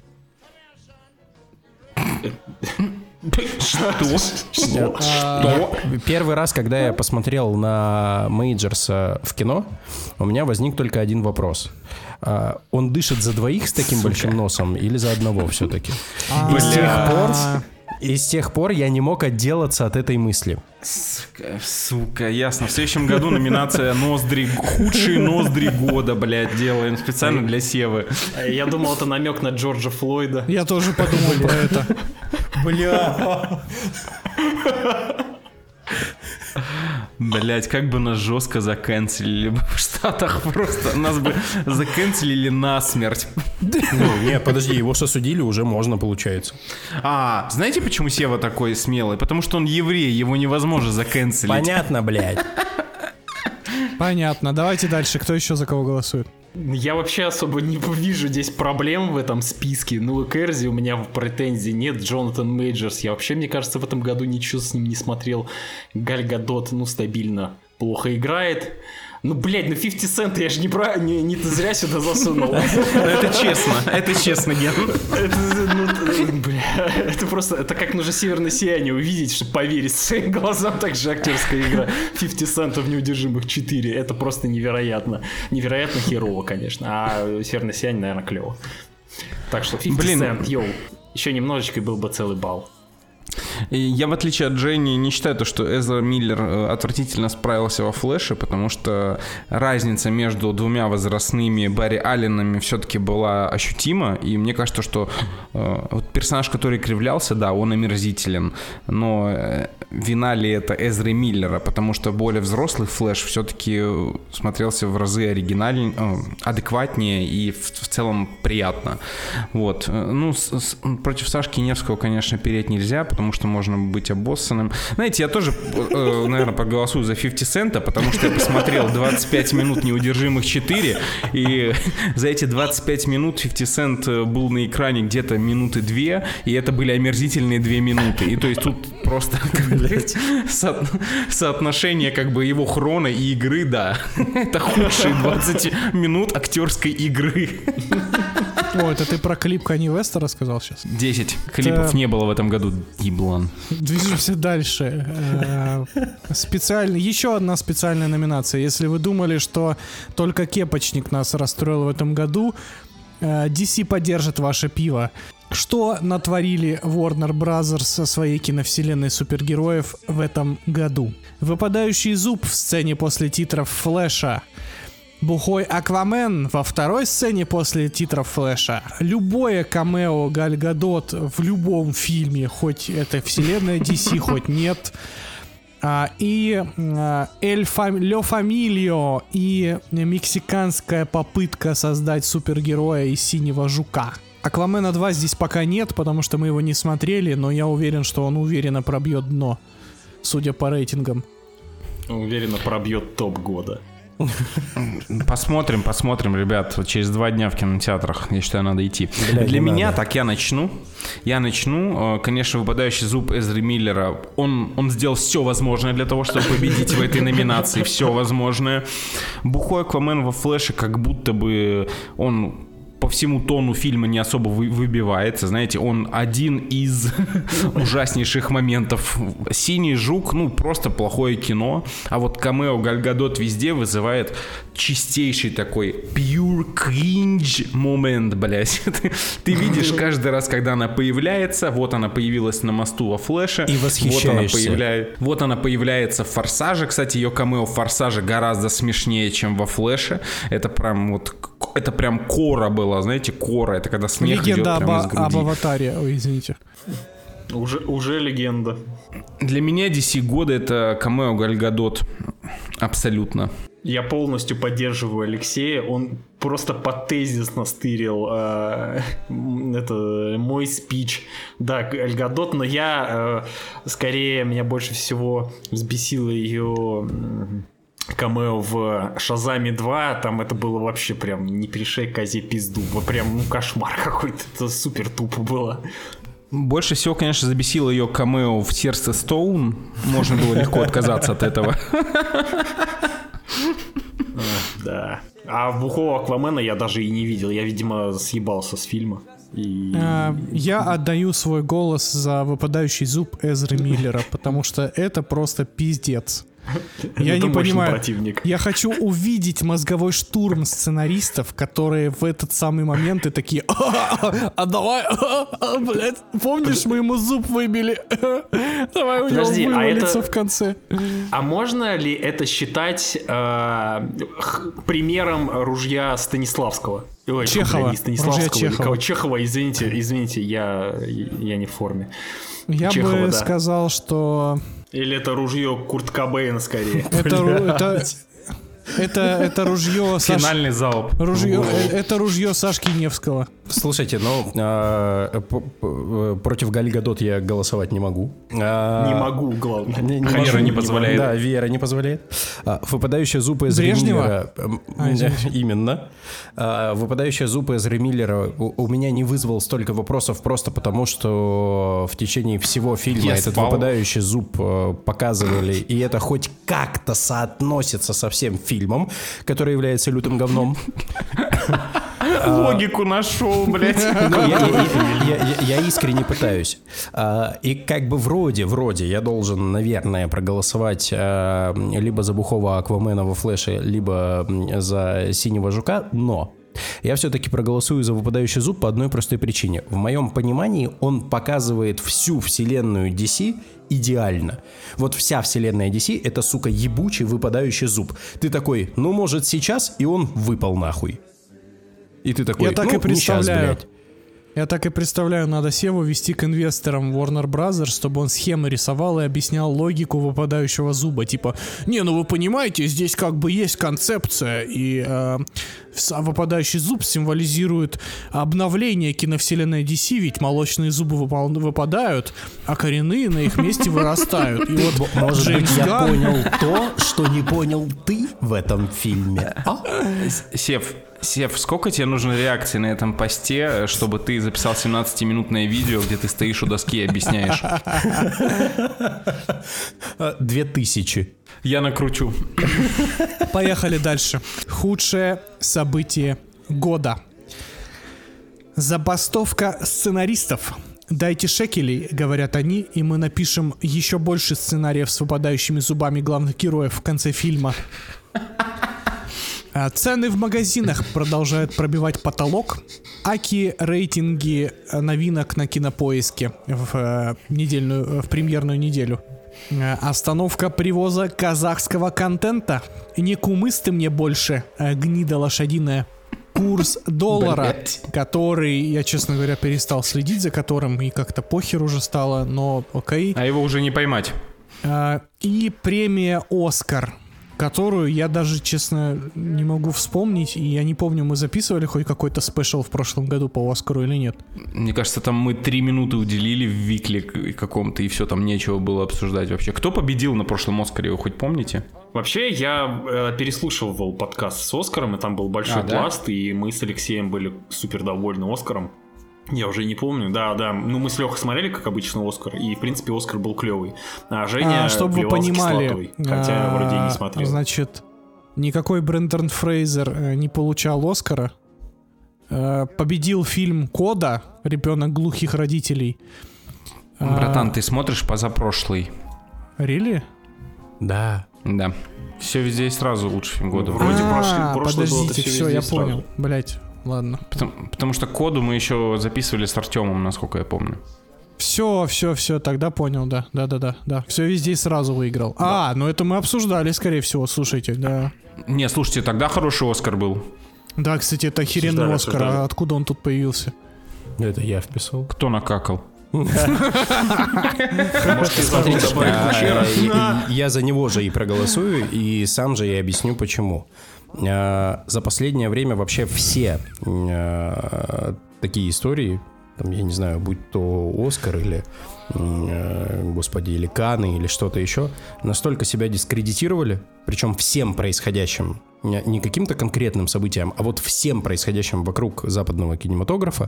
Что? Что? Что? Первый раз, когда я посмотрел на Мейджерса в кино, у меня возник только один вопрос. Он дышит за двоих с таким Сука. большим носом или за одного все-таки? И с тех пор... И с тех пор я не мог отделаться от этой мысли. Сука, сука, ясно. В следующем году номинация ноздри, худшие ноздри года, блядь, делаем специально для Севы. Я думал, это намек на Джорджа Флойда. Я тоже подумал про это. Бля. Блять, как бы нас жестко заканцелили бы в Штатах, просто нас бы заканцелили насмерть. Ну, нет, подожди, его же осудили, уже можно, получается. А, знаете, почему Сева такой смелый? Потому что он еврей, его невозможно заканцелить. Понятно, блядь. Понятно, давайте дальше, кто еще за кого голосует? Я вообще особо не вижу здесь проблем в этом списке. Ну, к Эрзи у меня претензий нет. Джонатан Мейджерс, я вообще, мне кажется, в этом году ничего с ним не смотрел. Галь Гадот, ну, стабильно плохо играет. Ну, блядь, ну пятьдесят цент я же не, про... не, не зря сюда засунул. Это честно, это честно, Ген. Это просто, это как нужно «Северное сияние» увидеть, чтобы поверить своим глазам. Так же актерская игра пятьдесят центов «Неудержимых четыре». Это просто невероятно. Невероятно херово, конечно. А «Северное сияние», наверное, клево. Так что пятьдесят цент, йоу. Еще немножечко и был бы целый балл. Я, в отличие от Дженни, не считаю то, что Эзра Миллер отвратительно справился во Флэше, потому что разница между двумя возрастными Барри Алленами все-таки была ощутима, и мне кажется, что э, вот персонаж, который кривлялся, да, он омерзителен, но э, вина ли это Эзры Миллера, потому что более взрослый Флэш все-таки смотрелся в разы оригинальнее, э, адекватнее и в, в целом приятно. Вот. Ну, с, с, против Сашки Невского, конечно, переть нельзя, потому что можно быть обоссанным. Знаете, я тоже, э, наверное, проголосую за пятьдесят цента, потому что я посмотрел двадцать пять минут «Неудержимых четыре», и за эти двадцать пять минут пятьдесят цент был на экране где-то минуты две, и это были омерзительные две минуты. И то есть тут просто со- соотношение как бы его хрона и игры, да. Это худшие двадцать минут актерской игры. О, это ты про клип Канье Уэста рассказал сейчас? десять клипов Это- не было в этом году, еблан. Движемся дальше. Э, Специально, еще одна специальная номинация. Если вы думали, что только кепочник нас расстроил в этом году, э, ди си поддержит ваше пиво. Что натворили Warner Bros. Со своей киновселенной супергероев в этом году? Выпадающий зуб в сцене после титров Флэша. Бухой Аквамен во второй сцене после титров Флэша. Любое камео Галь Гадот в любом фильме, хоть это вселенная ди си, хоть нет. А, и а, Эль Фам... Ле Фамильо и мексиканская попытка создать супергероя из Синего Жука. Аквамена два здесь пока нет, потому что мы его не смотрели, но я уверен, что он уверенно пробьет дно, судя по рейтингам. Уверенно пробьет топ года. Посмотрим, посмотрим, ребят. Вот через два дня в кинотеатрах, я считаю, надо идти. Бля, Для не меня, надо. так я начну. Я начну. Э, Конечно, выпадающий зуб Эзры Миллера. Он, он сделал все возможное для того, чтобы победить в этой номинации. Все возможное. Бухой Аквамен во Флэше, как будто бы он по всему тону фильма не особо вы- выбивается. Знаете, он один из ужаснейших моментов. Синий жук, ну, просто плохое кино. А вот камео Галь Гадот везде вызывает чистейший такой pure cringe момент, блядь. Ты, ты видишь каждый раз, когда она появляется, вот она появилась на мосту во Флэше. И Вот она, восхищаешься. появля- вот она появляется в Форсаже. Кстати, ее камео в Форсаже гораздо смешнее, чем во Флэше. Это прям вот... Это прям кора была, знаете, кора. Это когда смех идет Легенда об, прямо из груди. об аватаре. Ой, извините. Уже, уже легенда. Для меня ди си года это камео Галь Гадот. Абсолютно. Я полностью поддерживаю Алексея. Он просто потезисно стырил э, это мой спич. Да, Галь Гадот, но я э, скорее меня больше всего взбесило ее м, камео в Шазаме два. Там это было вообще прям не пришей козе пизду. Вот прям ну, кошмар какой-то. Это супер тупо было. Больше всего, конечно, забесило ее камео в «Сердце Стоун». Можно было легко отказаться от этого. Да. А бухого Аквамена я даже и не видел. Я, видимо, съебался с фильма. И... А, я отдаю свой голос за выпадающий зуб Эзры Миллера, потому что это просто пиздец. Я Это не мощный понимаю. противник. Я хочу увидеть мозговой штурм сценаристов, которые в этот самый момент и такие: а, а давай, а, а, блядь, помнишь, мы ему зуб выбили? Давай у него Подожди, а вывалится это- в конце. А можно ли это считать э, х- примером ружья Станиславского? Ой, Чехова. бля, не Станиславского, Ружья или Чехова. кого? Чехова, извините, извините, я, я не в форме. Я Чехова, бы да. сказал, что Или это ружье Курт Кобейна скорее? это, ру- это, это, это ружье Саш- Финальный залп. ружье, э, это ружье Сашки Невского. Слушайте, ну, а, п- п- против Галь Гадот я голосовать не могу. А, Не могу, главное. Не, не Вера могу. не позволяет. Да, Вера не позволяет. А, выпадающая зуб из Брежнева? Миллера... эм, А, извините. Именно. А, выпадающая зуб из Миллера у, у меня не вызвал столько вопросов просто потому, что в течение всего фильма Я этот спал. выпадающий зуб э, показывали, и это хоть как-то соотносится со всем фильмом, который является лютым говном. Логику нашел, блядь. Ну, я, я- я- я- я искренне пытаюсь. А, и как бы вроде, вроде я должен, наверное, проголосовать а, либо за бухого Аквамена во Флэше, либо м, за Синего Жука, но я все-таки проголосую за выпадающий зуб по одной простой причине. В моем понимании он показывает всю вселенную ди си идеально. Вот вся вселенная ди си — это, сука, ебучий выпадающий зуб. Ты такой, ну, может, сейчас, и он выпал нахуй. И ты такой, Я так ну, и не щас, представляю. блядь. Я так и представляю, надо Севу вести к инвесторам Warner Bros., чтобы он схемы рисовал и объяснял логику выпадающего зуба. Типа, не, ну вы понимаете, здесь как бы есть концепция, и э, с- выпадающий зуб символизирует обновление киновселенной ди си, ведь молочные зубы выпал- выпадают, а коренные на их месте вырастают. И вот Может Джеймс быть, я Ганн- понял то, что не понял ты в этом фильме. А? Сев, Сев, сколько тебе нужно реакций на этом посте, чтобы ты записал семнадцатиминутное видео, где ты стоишь у доски и объясняешь? Две тысячи. Я накручу. Поехали дальше. Худшее событие года. Забастовка сценаристов. Дайте шекелей, говорят они, и мы напишем еще больше сценариев с выпадающими зубами главных героев в конце фильма. А цены в магазинах продолжают пробивать потолок. Аки рейтинги новинок на Кинопоиске в э, недельную, в премьерную неделю. Э, остановка привоза казахского контента. Не кумыс ты мне больше, э, гнида лошадиная. Курс доллара, Блять. который, я, честно говоря, перестал следить за которым, и как-то похер уже стало, но окей. А его уже не поймать. А, и премия «Оскар», которую я даже, честно, не могу вспомнить, и я не помню, мы записывали хоть какой-то спешл в прошлом году по «Оскару» или нет. Мне кажется, там мы три минуты уделили в Викле каком-то, и все, там нечего было обсуждать вообще. Кто победил на прошлом «Оскаре», вы хоть помните? Вообще, я э, переслушивал подкаст с «Оскаром», и там был большой А, да? пласт, и мы с Алексеем были супер довольны «Оскаром». Я уже не помню, да, да. Ну, мы с Лехой смотрели, как обычно, «Оскар», и, в принципе, «Оскар» был клевый. А Женя А, чтобы вы плевался понимали, кислотой, хотя а, вроде и не смотрел. Значит, никакой Брендон Фрейзер э, не получал «Оскара». Э, победил фильм «Кода», «Ребенок глухих родителей». А, Братан, ты смотришь позапрошлый. Really? Да. Да. Все везде и сразу лучший фильм года. Вроде А, прошлый- прошлый был, подождите, это всё все, я везде сразу. понял. Блять, ладно. Потому, потому что «Коду» мы еще записывали с Артемом, насколько я помню. Все, все, все, тогда понял, да, да, да, да, да. Все везде и сразу выиграл. А, ну это мы обсуждали, скорее всего, слушайте, да. Не, слушайте, тогда хороший «Оскар» был. Да, кстати, это охеренный Обсуждали, Оскар, обсуждали. а откуда он тут появился? Это я вписал. Кто накакал? Можете забыть добавить А, Кучера. и- и Я за него же и проголосую, и сам же и объясню, почему. А, За последнее время вообще все а, такие истории, там, я не знаю, будь то «Оскар» или, э, господи, или «Канны», или что-то еще, настолько себя дискредитировали, причем всем происходящим, не не каким-то конкретным событиям, а вот всем происходящим вокруг западного кинематографа,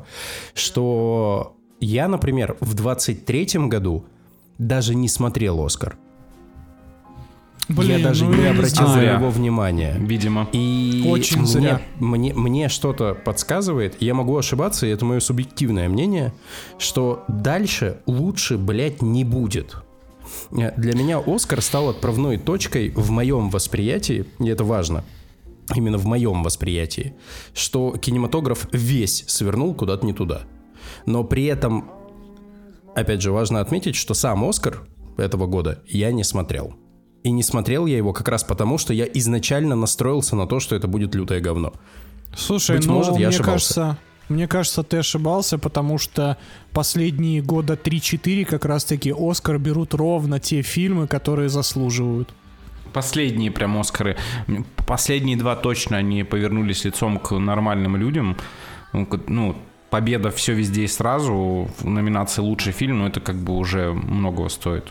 что я, например, в двадцать третьем году даже не смотрел «Оскар». Блин, я даже ну не я обратил на знаю. него внимания. Видимо. И Очень мне, зря. Мне, мне что-то подсказывает, я могу ошибаться, и это мое субъективное мнение, что дальше лучше, блядь, не будет. Для меня «Оскар» стал отправной точкой в моем восприятии, и это важно, именно в моем восприятии, что кинематограф весь свернул куда-то не туда. Но при этом, опять же, важно отметить, что сам «Оскар» этого года я не смотрел. И не смотрел я его как раз потому, что я изначально настроился на то, что это будет лютое говно. Слушай, Быть ну, может, я мне ошибался. кажется, мне кажется, ты ошибался, потому что последние года три-четыре как раз-таки «Оскар» берут ровно те фильмы, которые заслуживают. Последние прям «Оскары». Последние два точно они повернулись лицом к нормальным людям. Ну, к- ну, победа «Все везде и сразу» в номинации «Лучший фильм», ну, это как бы уже многого стоит.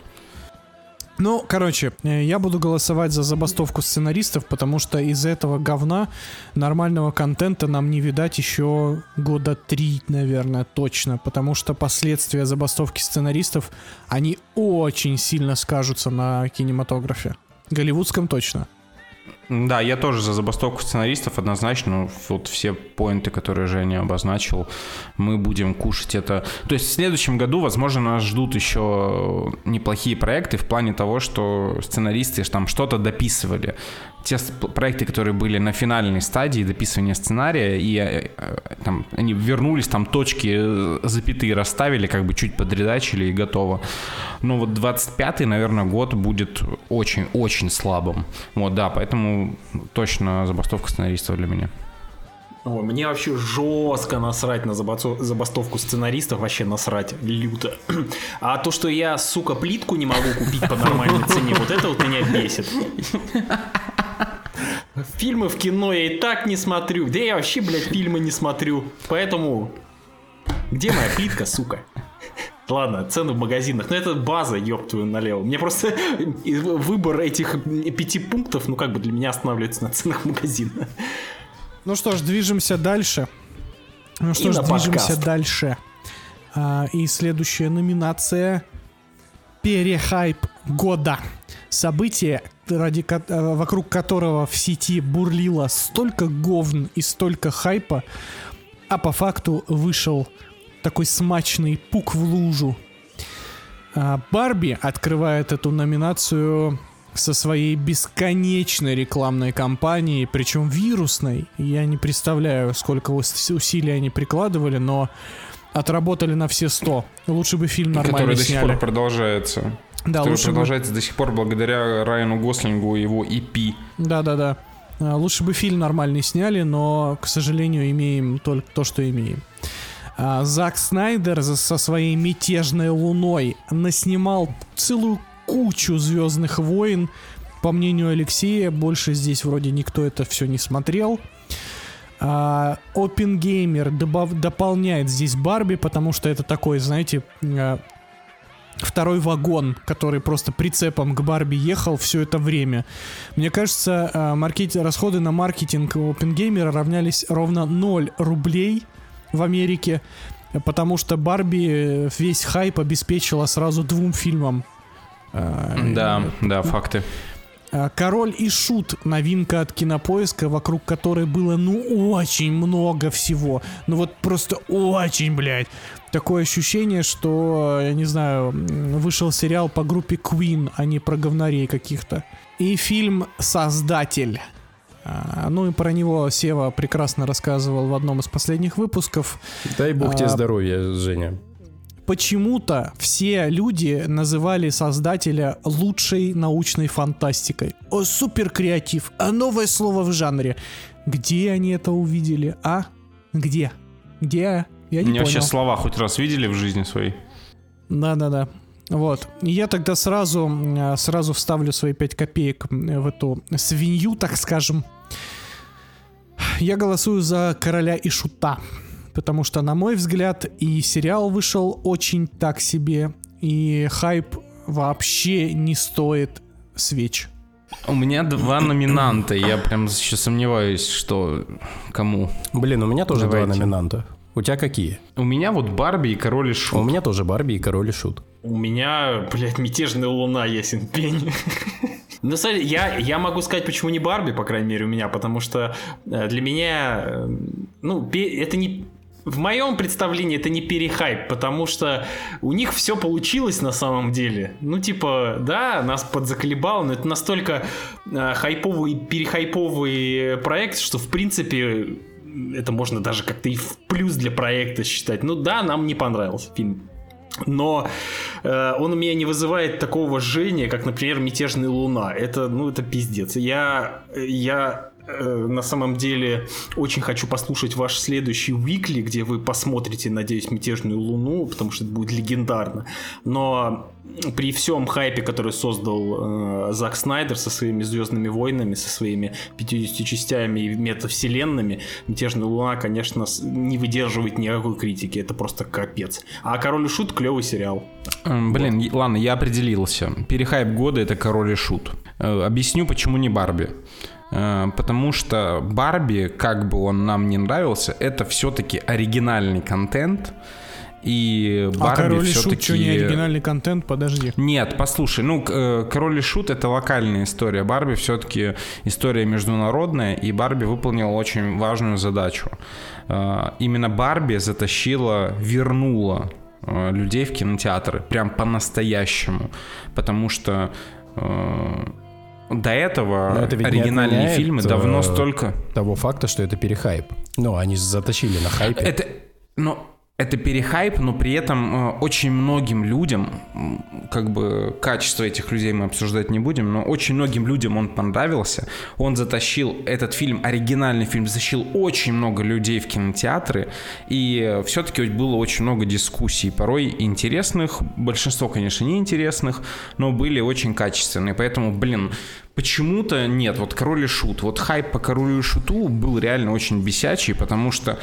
Ну, короче, э, я буду голосовать за забастовку сценаристов, потому что из этого говна нормального контента нам не видать еще года три, наверное, точно. Потому что последствия забастовки сценаристов, они очень сильно скажутся на кинематографе. Голливудском точно. Да, я тоже за забастовку сценаристов однозначно. Вот все поинты, которые Женя обозначил, мы будем кушать это. То есть в следующем году, возможно, нас ждут еще неплохие проекты в плане того, что сценаристы там что-то дописывали. Те сп- проекты, которые были на финальной стадии дописывания сценария, и э, э, там, они вернулись, там точки, э, запятые расставили, как бы чуть подредачили и готово. Но вот двадцать пятый, наверное, год будет очень-очень слабым. Вот, да, поэтому точно забастовка сценаристов для меня. Ой, мне вообще жестко насрать на забасо- забастовку сценаристов, вообще насрать, люто. А то, что я, сука, плитку не могу купить по нормальной цене, вот это вот меня бесит. Фильмы в кино я и так не смотрю. Да я вообще, блядь, фильмы не смотрю. Поэтому... Где моя плитка, сука? Ладно, цены в магазинах. Но это база, ёб твою налево. Мне просто выбор этих пяти пунктов, ну как бы для меня останавливается на ценах магазина. Ну что ж, движемся дальше. Ну что И ж, на движемся подкаст. дальше. А, и следующая номинация «Перехайп года». Событие, ради, ко- э, вокруг которого в сети бурлило столько говн и столько хайпа, а по факту вышел такой смачный пук в лужу. А, Барби открывает эту номинацию со своей бесконечной рекламной кампанией, причем вирусной. Я не представляю, сколько ус- усилий они прикладывали, но отработали на все сто. Лучше бы фильм нормально Который до сих сняли. пор продолжается. Да, который лучше бы... продолжается до сих пор благодаря Райану Гослингу и его и пи. Да-да-да. А, Лучше бы фильм нормальный сняли, но, к сожалению, имеем только то, что имеем. А, Зак Снайдер за- со своей «Мятежной луной» наснимал целую кучу «Звездных войн». По мнению Алексея, больше здесь вроде никто это все не смотрел. А, Оппенгеймер добав- дополняет здесь Барби, потому что это такой, знаете, а, второй вагон, который просто прицепом к Барби ехал все это время. Мне кажется, а, маркет... расходы на маркетинг Оппенгеймера равнялись ровно ноль рублей в Америке, потому что Барби весь хайп обеспечила сразу двум фильмам. А, Да, да, факты. а, «Король и Шут» — новинка от Кинопоиска, вокруг которой было, ну, очень много всего. Ну, вот просто очень, блядь. Такое ощущение, что, я не знаю, м, вышел сериал по группе Queen, а не про говнарей каких-то. И фильм «Создатель». А, Ну и про него Сева прекрасно рассказывал в одном из последних выпусков. Дай бог тебе А, здоровья, Женя. Почему-то все люди называли «Создателя» лучшей научной фантастикой. О, супер креатив, а новое слово в жанре. Где они это увидели, а? Где? Где? Я не Меня вообще понял. слова хоть раз видели в жизни своей? Да-да-да. Вот. И я тогда сразу, э, сразу вставлю свои пять копеек в эту свинью, так скажем. Я голосую за «Короля и Шута». Потому что, на мой взгляд, и сериал вышел очень так себе, и хайп вообще не стоит свеч. У меня два номинанта, я прям сейчас сомневаюсь, что кому. Блин, у меня тоже Давайте. два номинанта. У тебя какие? У меня вот Барби и Король и Шут. У меня тоже Барби и Король и Шут. У меня, блядь, «Мятежная луна», ясен пень. Ну, смотри, я, я могу сказать, почему не Барби, по крайней мере, у меня, потому что э, для меня, э, ну, пе- это не... В моем представлении это не перехайп, потому что у них все получилось на самом деле. Ну, типа, да, нас подзаколебало, но это настолько э, хайповый, перехайповый проект, что, в принципе, это можно даже как-то и в плюс для проекта считать. Ну да, нам не понравился фильм. Но э, он у меня не вызывает такого жжения, как, например, «Мятежная луна». Это, ну, это пиздец. Я, я э, на самом деле очень хочу послушать ваш следующий Weekly, где вы посмотрите, надеюсь, «Мятежную луну», потому что это будет легендарно. Но при всем хайпе, который создал э, Зак Снайдер со своими «Звездными войнами», со своими пятьюдесятью частями и метавселенными, «Мятежная луна», конечно, с- не выдерживает никакой критики. Это просто капец. А «Король и Шут» — клевый сериал. М, Блин, е- ладно, я определился. Перехайп года — это Король и Шут. Э, Объясню, почему не Барби. Э, Потому что Барби, как бы он нам не нравился, это все-таки оригинальный контент. И А Барби «Король и Шут» все-таки... что, не оригинальный контент? Подожди. Нет, послушай, ну, к- э, «Король и Шут» — это локальная история. Барби все-таки история международная, и Барби выполнила очень важную задачу. Э, Именно Барби затащила, вернула э, людей в кинотеатры, прям по-настоящему. Потому что э, до этого Но это ведь не оригинальные отменяет, фильмы давно э, столько... Того факта, что это перехайп. Ну, они заточили на хайпе. Это, ну, это перехайп, но при этом э, очень многим людям, м, как бы качество этих людей мы обсуждать не будем, но очень многим людям он понравился. Он затащил этот фильм, оригинальный фильм, затащил очень много людей в кинотеатры, и э, все-таки было очень много дискуссий, порой интересных, большинство, конечно, неинтересных, но были очень качественные. Поэтому, блин, почему-то нет, вот «Король и Шут», вот хайп по «Королю и Шуту» был реально очень бесячий, потому что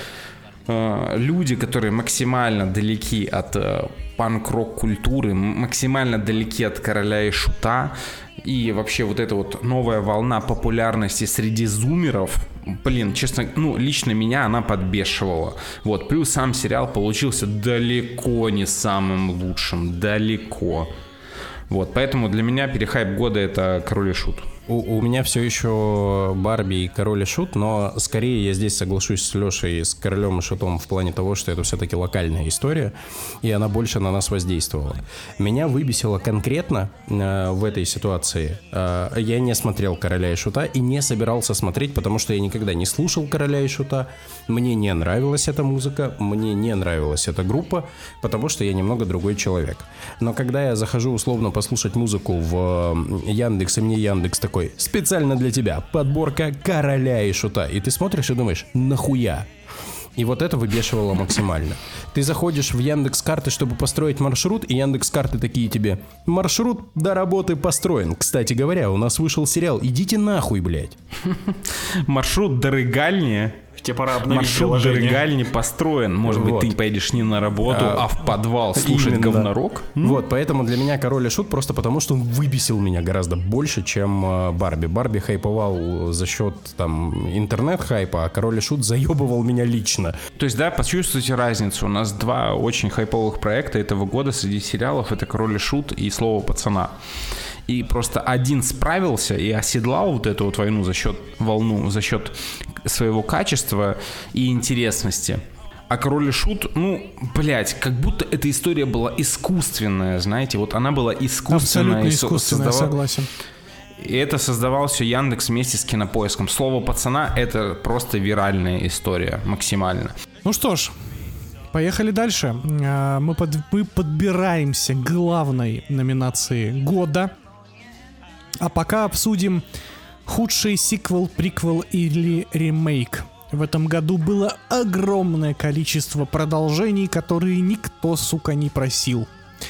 э, люди, которые максимально далеки от э, панк-рок культуры, максимально далеки от «Короля и Шута», и вообще вот эта вот новая волна популярности среди зумеров, блин, честно, ну, лично меня она подбешивала. Вот, плюс сам сериал получился далеко не самым лучшим, далеко. Вот, поэтому для меня перехайп года — это «Король и Шут». У, у меня все еще Барби и Король и Шут, но скорее я здесь соглашусь с Лешей, с Королем и Шутом в плане того, что это все-таки локальная история, и она больше на нас воздействовала. Меня выбесило конкретно э, в этой ситуации. Э, я не смотрел Короля и Шута и не собирался смотреть, потому что я никогда не слушал Короля и Шута. Мне не нравилась эта музыка, мне не нравилась эта группа, потому что я немного другой человек. Но когда я захожу условно послушать музыку в Яндекс, и мне Яндекс такой: специально для тебя подборка Короля и Шута. И ты смотришь и думаешь: нахуя? И вот это выбешивало максимально. Ты заходишь в Яндекс.Карты, чтобы построить маршрут, и Яндекс.Карты такие тебе: маршрут до работы построен. Кстати говоря, у нас вышел сериал. Идите нахуй, блядь. Маршрут до рыгальни. Тебе пора обновить Маршрут до приложение. рыгальни построен. Может Вот. быть, ты поедешь не на работу, а, а в подвал слушать Именно. говнорок? Вот, поэтому для меня Король и Шут просто потому, что он выбесил меня гораздо больше, чем э, Барби. Барби хайповал за счет там интернет-хайпа, а Король и Шут заебывал меня лично. То есть, да, почувствуйте разницу. У нас два очень хайповых проекта этого года среди сериалов. Это «Король и Шут» и «Слово пацана». И просто один справился и оседлал вот эту вот войну за счет волну, за счет своего качества и интересности. А «Король и Шут», ну, блядь, как будто эта история была искусственная, знаете, вот она была искусственная. Абсолютно и со- искусственная, создава- согласен. И это создавал все Яндекс вместе с Кинопоиском. «Слово пацана» — это просто виральная история, максимально. Ну что ж, поехали дальше. А, Мы, под- мы подбираемся к главной номинации года. А пока обсудим худший сиквел, приквел или ремейк. В этом году было огромное количество продолжений, которые никто, сука, не просил.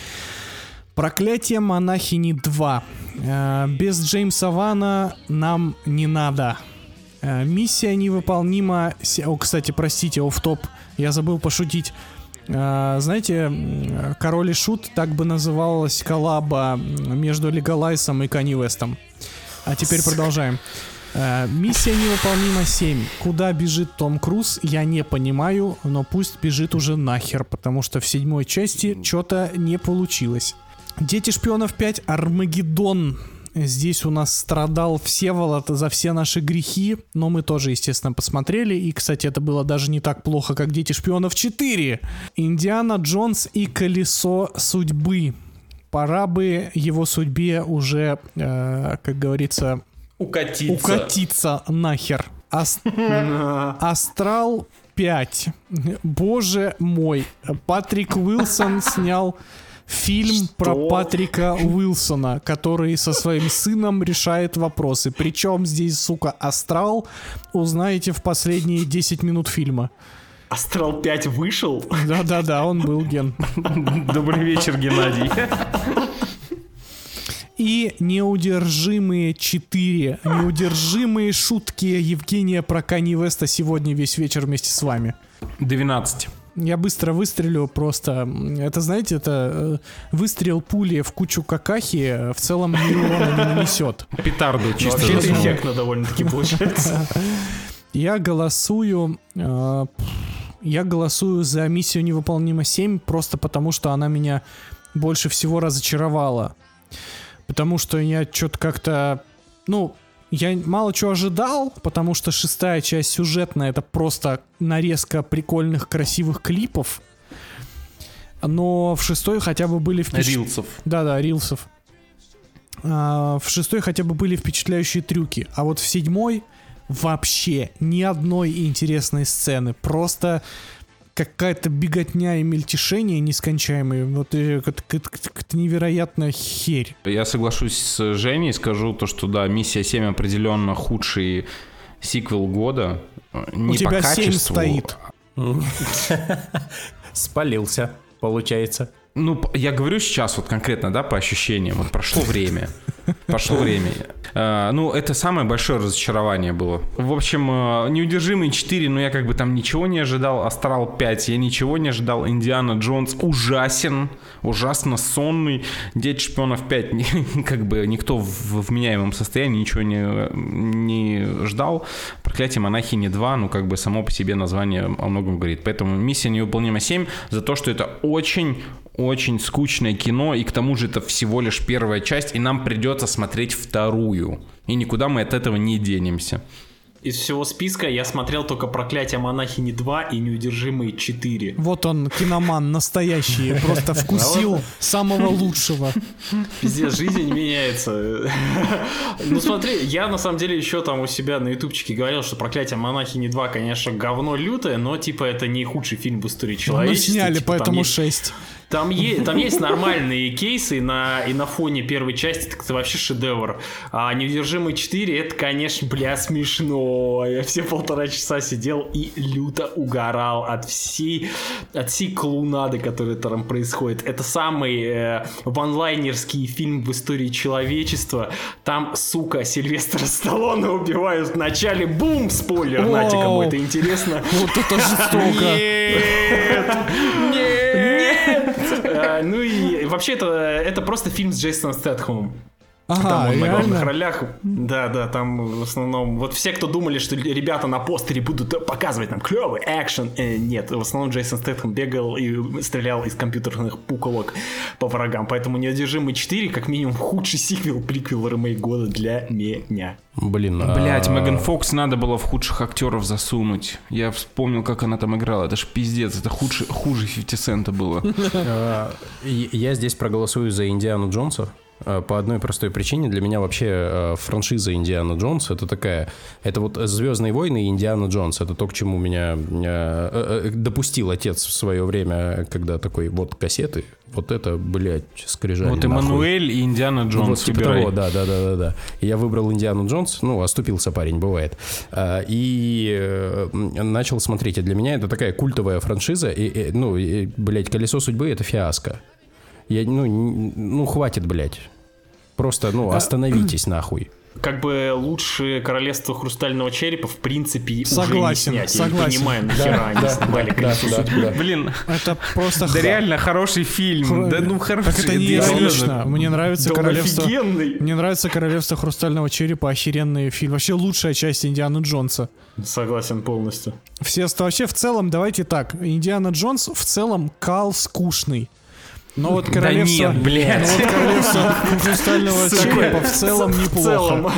«Проклятие монахини два». Э, Без Джеймса Вана нам не надо. Э, Миссия невыполнима. Се- О, кстати, простите, офф-топ. Я забыл пошутить. Э, Знаете, м, «Король и Шут» так бы называлась коллаба между Леголайсом и Канье Уэстом. А теперь продолжаем. Э, Миссия невыполнима семь. Куда бежит Том Круз, я не понимаю, но пусть бежит уже нахер, потому что в седьмой части что-то не получилось. Дети шпионов пять. Армагеддон. Здесь у нас страдал Всеволод за все наши грехи, но мы тоже, естественно, посмотрели. И, кстати, это было даже не так плохо, как Дети шпионов четыре. Индиана Джонс и Колесо судьбы. Пора бы его судьбе уже, э, как говорится, Укатиться. укатиться нахер. Ас- Астрал пять. Боже мой. Патрик Уилсон снял фильм про Патрика Уилсона, который со своим сыном решает вопросы. Причем здесь, сука, Астрал узнаете в последние десять минут фильма. Астрал пять вышел? Да-да-да, он был, Ген. Добрый вечер, Геннадий. И «Неудержимые четыре». Неудержимые шутки Евгения про Канье Уэста сегодня весь вечер вместе с вами. двенадцать. Я быстро выстрелю просто. Это, знаете, это э, выстрел пули в кучу какахи в целом ни урона не нанесет. Петарду чисто Вообще это засунул. эффектно довольно-таки получается. Я голосую... э, я голосую за «Миссию невыполнима семь» просто потому, что она меня больше всего разочаровала. Потому что я что-то как-то... Ну, я мало чего ожидал, потому что шестая часть сюжетная — это просто нарезка прикольных, красивых клипов. Но в шестой хотя бы были впечатляющие... Рилсов. Да-да, рилсов. А, в шестой хотя бы были впечатляющие трюки. А вот в седьмой вообще ни одной интересной сцены. Просто какая-то беготня и мельтешение нескончаемые. Вот э, как- как- как-то невероятная херь. Я соглашусь с Женей, скажу то, что да, «Миссия семь» определенно худший сиквел года. Не У тебя по семь качеству. стоит. Спалился, получается. Ну, п- я говорю сейчас вот конкретно, да, по ощущениям. Вот прошло время. Прошло время. Э, ну, это самое большое разочарование было. В общем, э, «Неудержимые четыре», ну, я как бы там ничего не ожидал. «Астрал пять», я ничего не ожидал. «Индиана Джонс» ужасен, ужасно сонный. «Дед шпионов пять», как бы никто в вменяемом состоянии ничего не, не ждал. «Проклятие монахини два», ну, как бы само по себе название о многом говорит. Поэтому «Миссия невыполнима семь» за то, что это очень... очень скучное кино, и к тому же это всего лишь первая часть, и нам придется смотреть вторую. И никуда мы от этого не денемся. Из всего списка я смотрел только «Проклятие монахини два» и «Неудержимые четыре». Вот он, киноман настоящий, просто вкусил самого лучшего. Пиздец, жизнь не меняется. Ну смотри, я на самом деле еще там у себя на ютубчике говорил, что «Проклятие монахини два», конечно, говно лютое, но типа это не худший фильм в истории человечества. Мы сняли, типа, поэтому есть... шесть. Там, е- там есть нормальные кейсы, и на, и на фоне первой части это вообще шедевр. А «Неудержимые четыре» это, конечно, бля, смешно. Я все полтора часа сидел и люто угорал от всей, от всей клоунады, которая там происходит. Это самый э, ванлайнерский фильм в истории человечества. Там, сука, Сильвестра Сталлоне убивают в начале. Бум! Спойлер, нате, кому это интересно. Вот это жестоко. Нет! Нет! А, ну и вообще это, это просто фильм с Джейсоном Стэтхэмом. Ага, там он реально? на главных ролях. Да, да, там в основном... Вот все, кто думали, что ребята на постере будут показывать нам клевый экшен, э, нет, в основном Джейсон Стэтхэм бегал и стрелял из компьютерных пуколок по врагам. Поэтому «Неудержимые четыре» как минимум худший сиквел, приквел, ремейк года для меня. Блин, а... Блять, Меган Фокс надо было в худших актеров засунуть. Я вспомнил, как она там играла. Это ж пиздец, это худше, хуже фифти Цента было. Я здесь проголосую за Индиану Джонса. По одной простой причине. Для меня вообще франшиза Индиана Джонс это такая... Это вот «Звездные войны» и Индиана Джонс. Это то, к чему меня э, допустил отец в свое время, когда такой, вот кассеты, вот это, блядь, скрижали. Вот Эммануэль и Индиана Джонс. Вот типа выбирай. того, да, да, да, да, да. И я выбрал Индиану Джонс, ну, оступился парень, бывает. И начал смотреть. И для меня это такая культовая франшиза. И, и, ну, и, блядь, «Колесо судьбы» — это фиаско. Я, ну, ну, хватит, блядь. Просто, ну, остановитесь нахуй. Как бы лучше «Королевство хрустального черепа» в принципе Согласен, уже не снять. согласен. Я не понимаю, нахера они снимали «Колесо судьбы». Блин, Это просто... да реально хороший фильм. Хр- Да ну хороший. Так это не иронично. Мне нравится Да он королевство... офигенный. Мне нравится «Королевство хрустального черепа», охеренный фильм. Вообще лучшая часть Индианы Джонса. Согласен полностью. Все, вообще в целом, давайте так. Индиана Джонс в целом кал скучный. Но вот королевство... Да нет, блядь. Но вот королевство хрустального черепа в целом В неплохо. целом.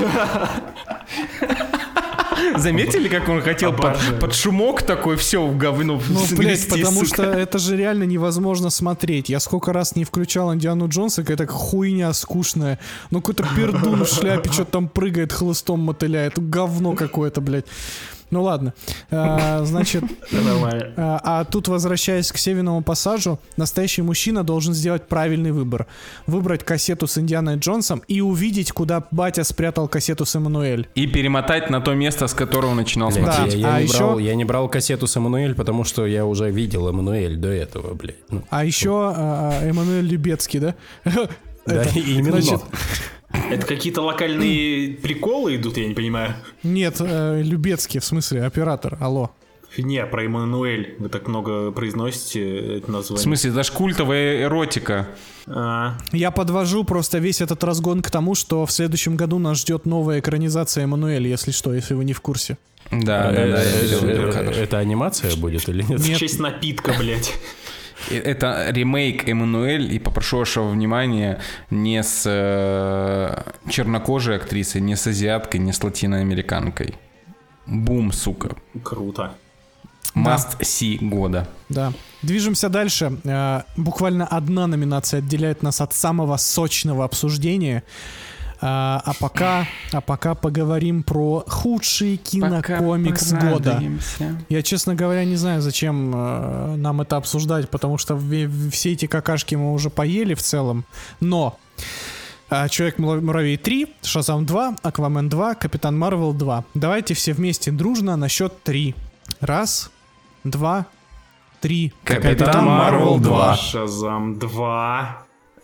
Заметили, как он хотел под, под шумок такой все в говно Ну, блядь, сгрести, потому сука. что это же реально невозможно смотреть. Я сколько раз не включал Индиану Джонса, какая-то хуйня скучная. Ну, какой-то пердун в шляпе что-то там прыгает, хлыстом мотыляет. Говно какое-то, блядь. Ну ладно, а, значит, а, а тут, возвращаясь к Северному пассажу, настоящий мужчина должен сделать правильный выбор. Выбрать кассету с Индианой Джонсом и увидеть, куда батя спрятал кассету с Эммануэль. И перемотать на то место, с которого начинал Блядь, Да. смотреть. я, я А не еще- брал, я не брал кассету с Эммануэль, потому что я уже видел Эммануэль до этого, блядь. Ну, А еще а, а, Эммануэль Любецкий, да? да, Это, именно. значит, Это какие-то локальные приколы идут, я не понимаю. нет, э, Любецкий, в смысле, оператор, алло. Не, про Эммануэль. Вы так много произносите это В название. смысле, это ж культовая эротика. А, Я подвожу просто весь этот разгон к тому, что в следующем году нас ждет новая экранизация Эммануэль, если что, если вы не в курсе. Да, да, Э, да. я э, видел э, этот кадр. Это анимация будет или нет? в Нет. честь напитка, блядь. Это ремейк Эммануэль, и попрошу вашего внимания, не с э, чернокожей актрисой, не с азиаткой, не с латиноамериканкой. Бум, сука. Круто. Must see года. Да. Движемся дальше. Э, Буквально одна номинация отделяет нас от самого сочного обсуждения. А а пока, а пока поговорим про худший кинокомикс года. Я, честно говоря, не знаю, зачем э, нам это обсуждать, потому что ве- все эти какашки мы уже поели в целом. Но э, Человек-муравей три, Шазам два, Аквамен два, Капитан Марвел два. Давайте все вместе дружно на счет три. Раз, два, три. Капитан Марвел два. Шазам два.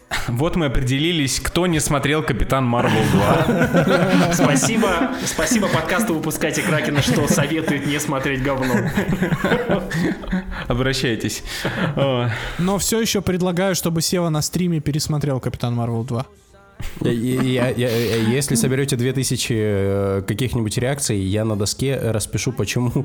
Вот мы определились, кто не смотрел «Капитан Марвел два». Спасибо, спасибо подкасту «Выпускайте Кракена», что советует не смотреть говно. Обращайтесь. Но все еще предлагаю, чтобы Сева на стриме пересмотрел «Капитан Марвел два». Я- я- я- Если соберете две тысячи э, каких-нибудь реакций, я на доске распишу, почему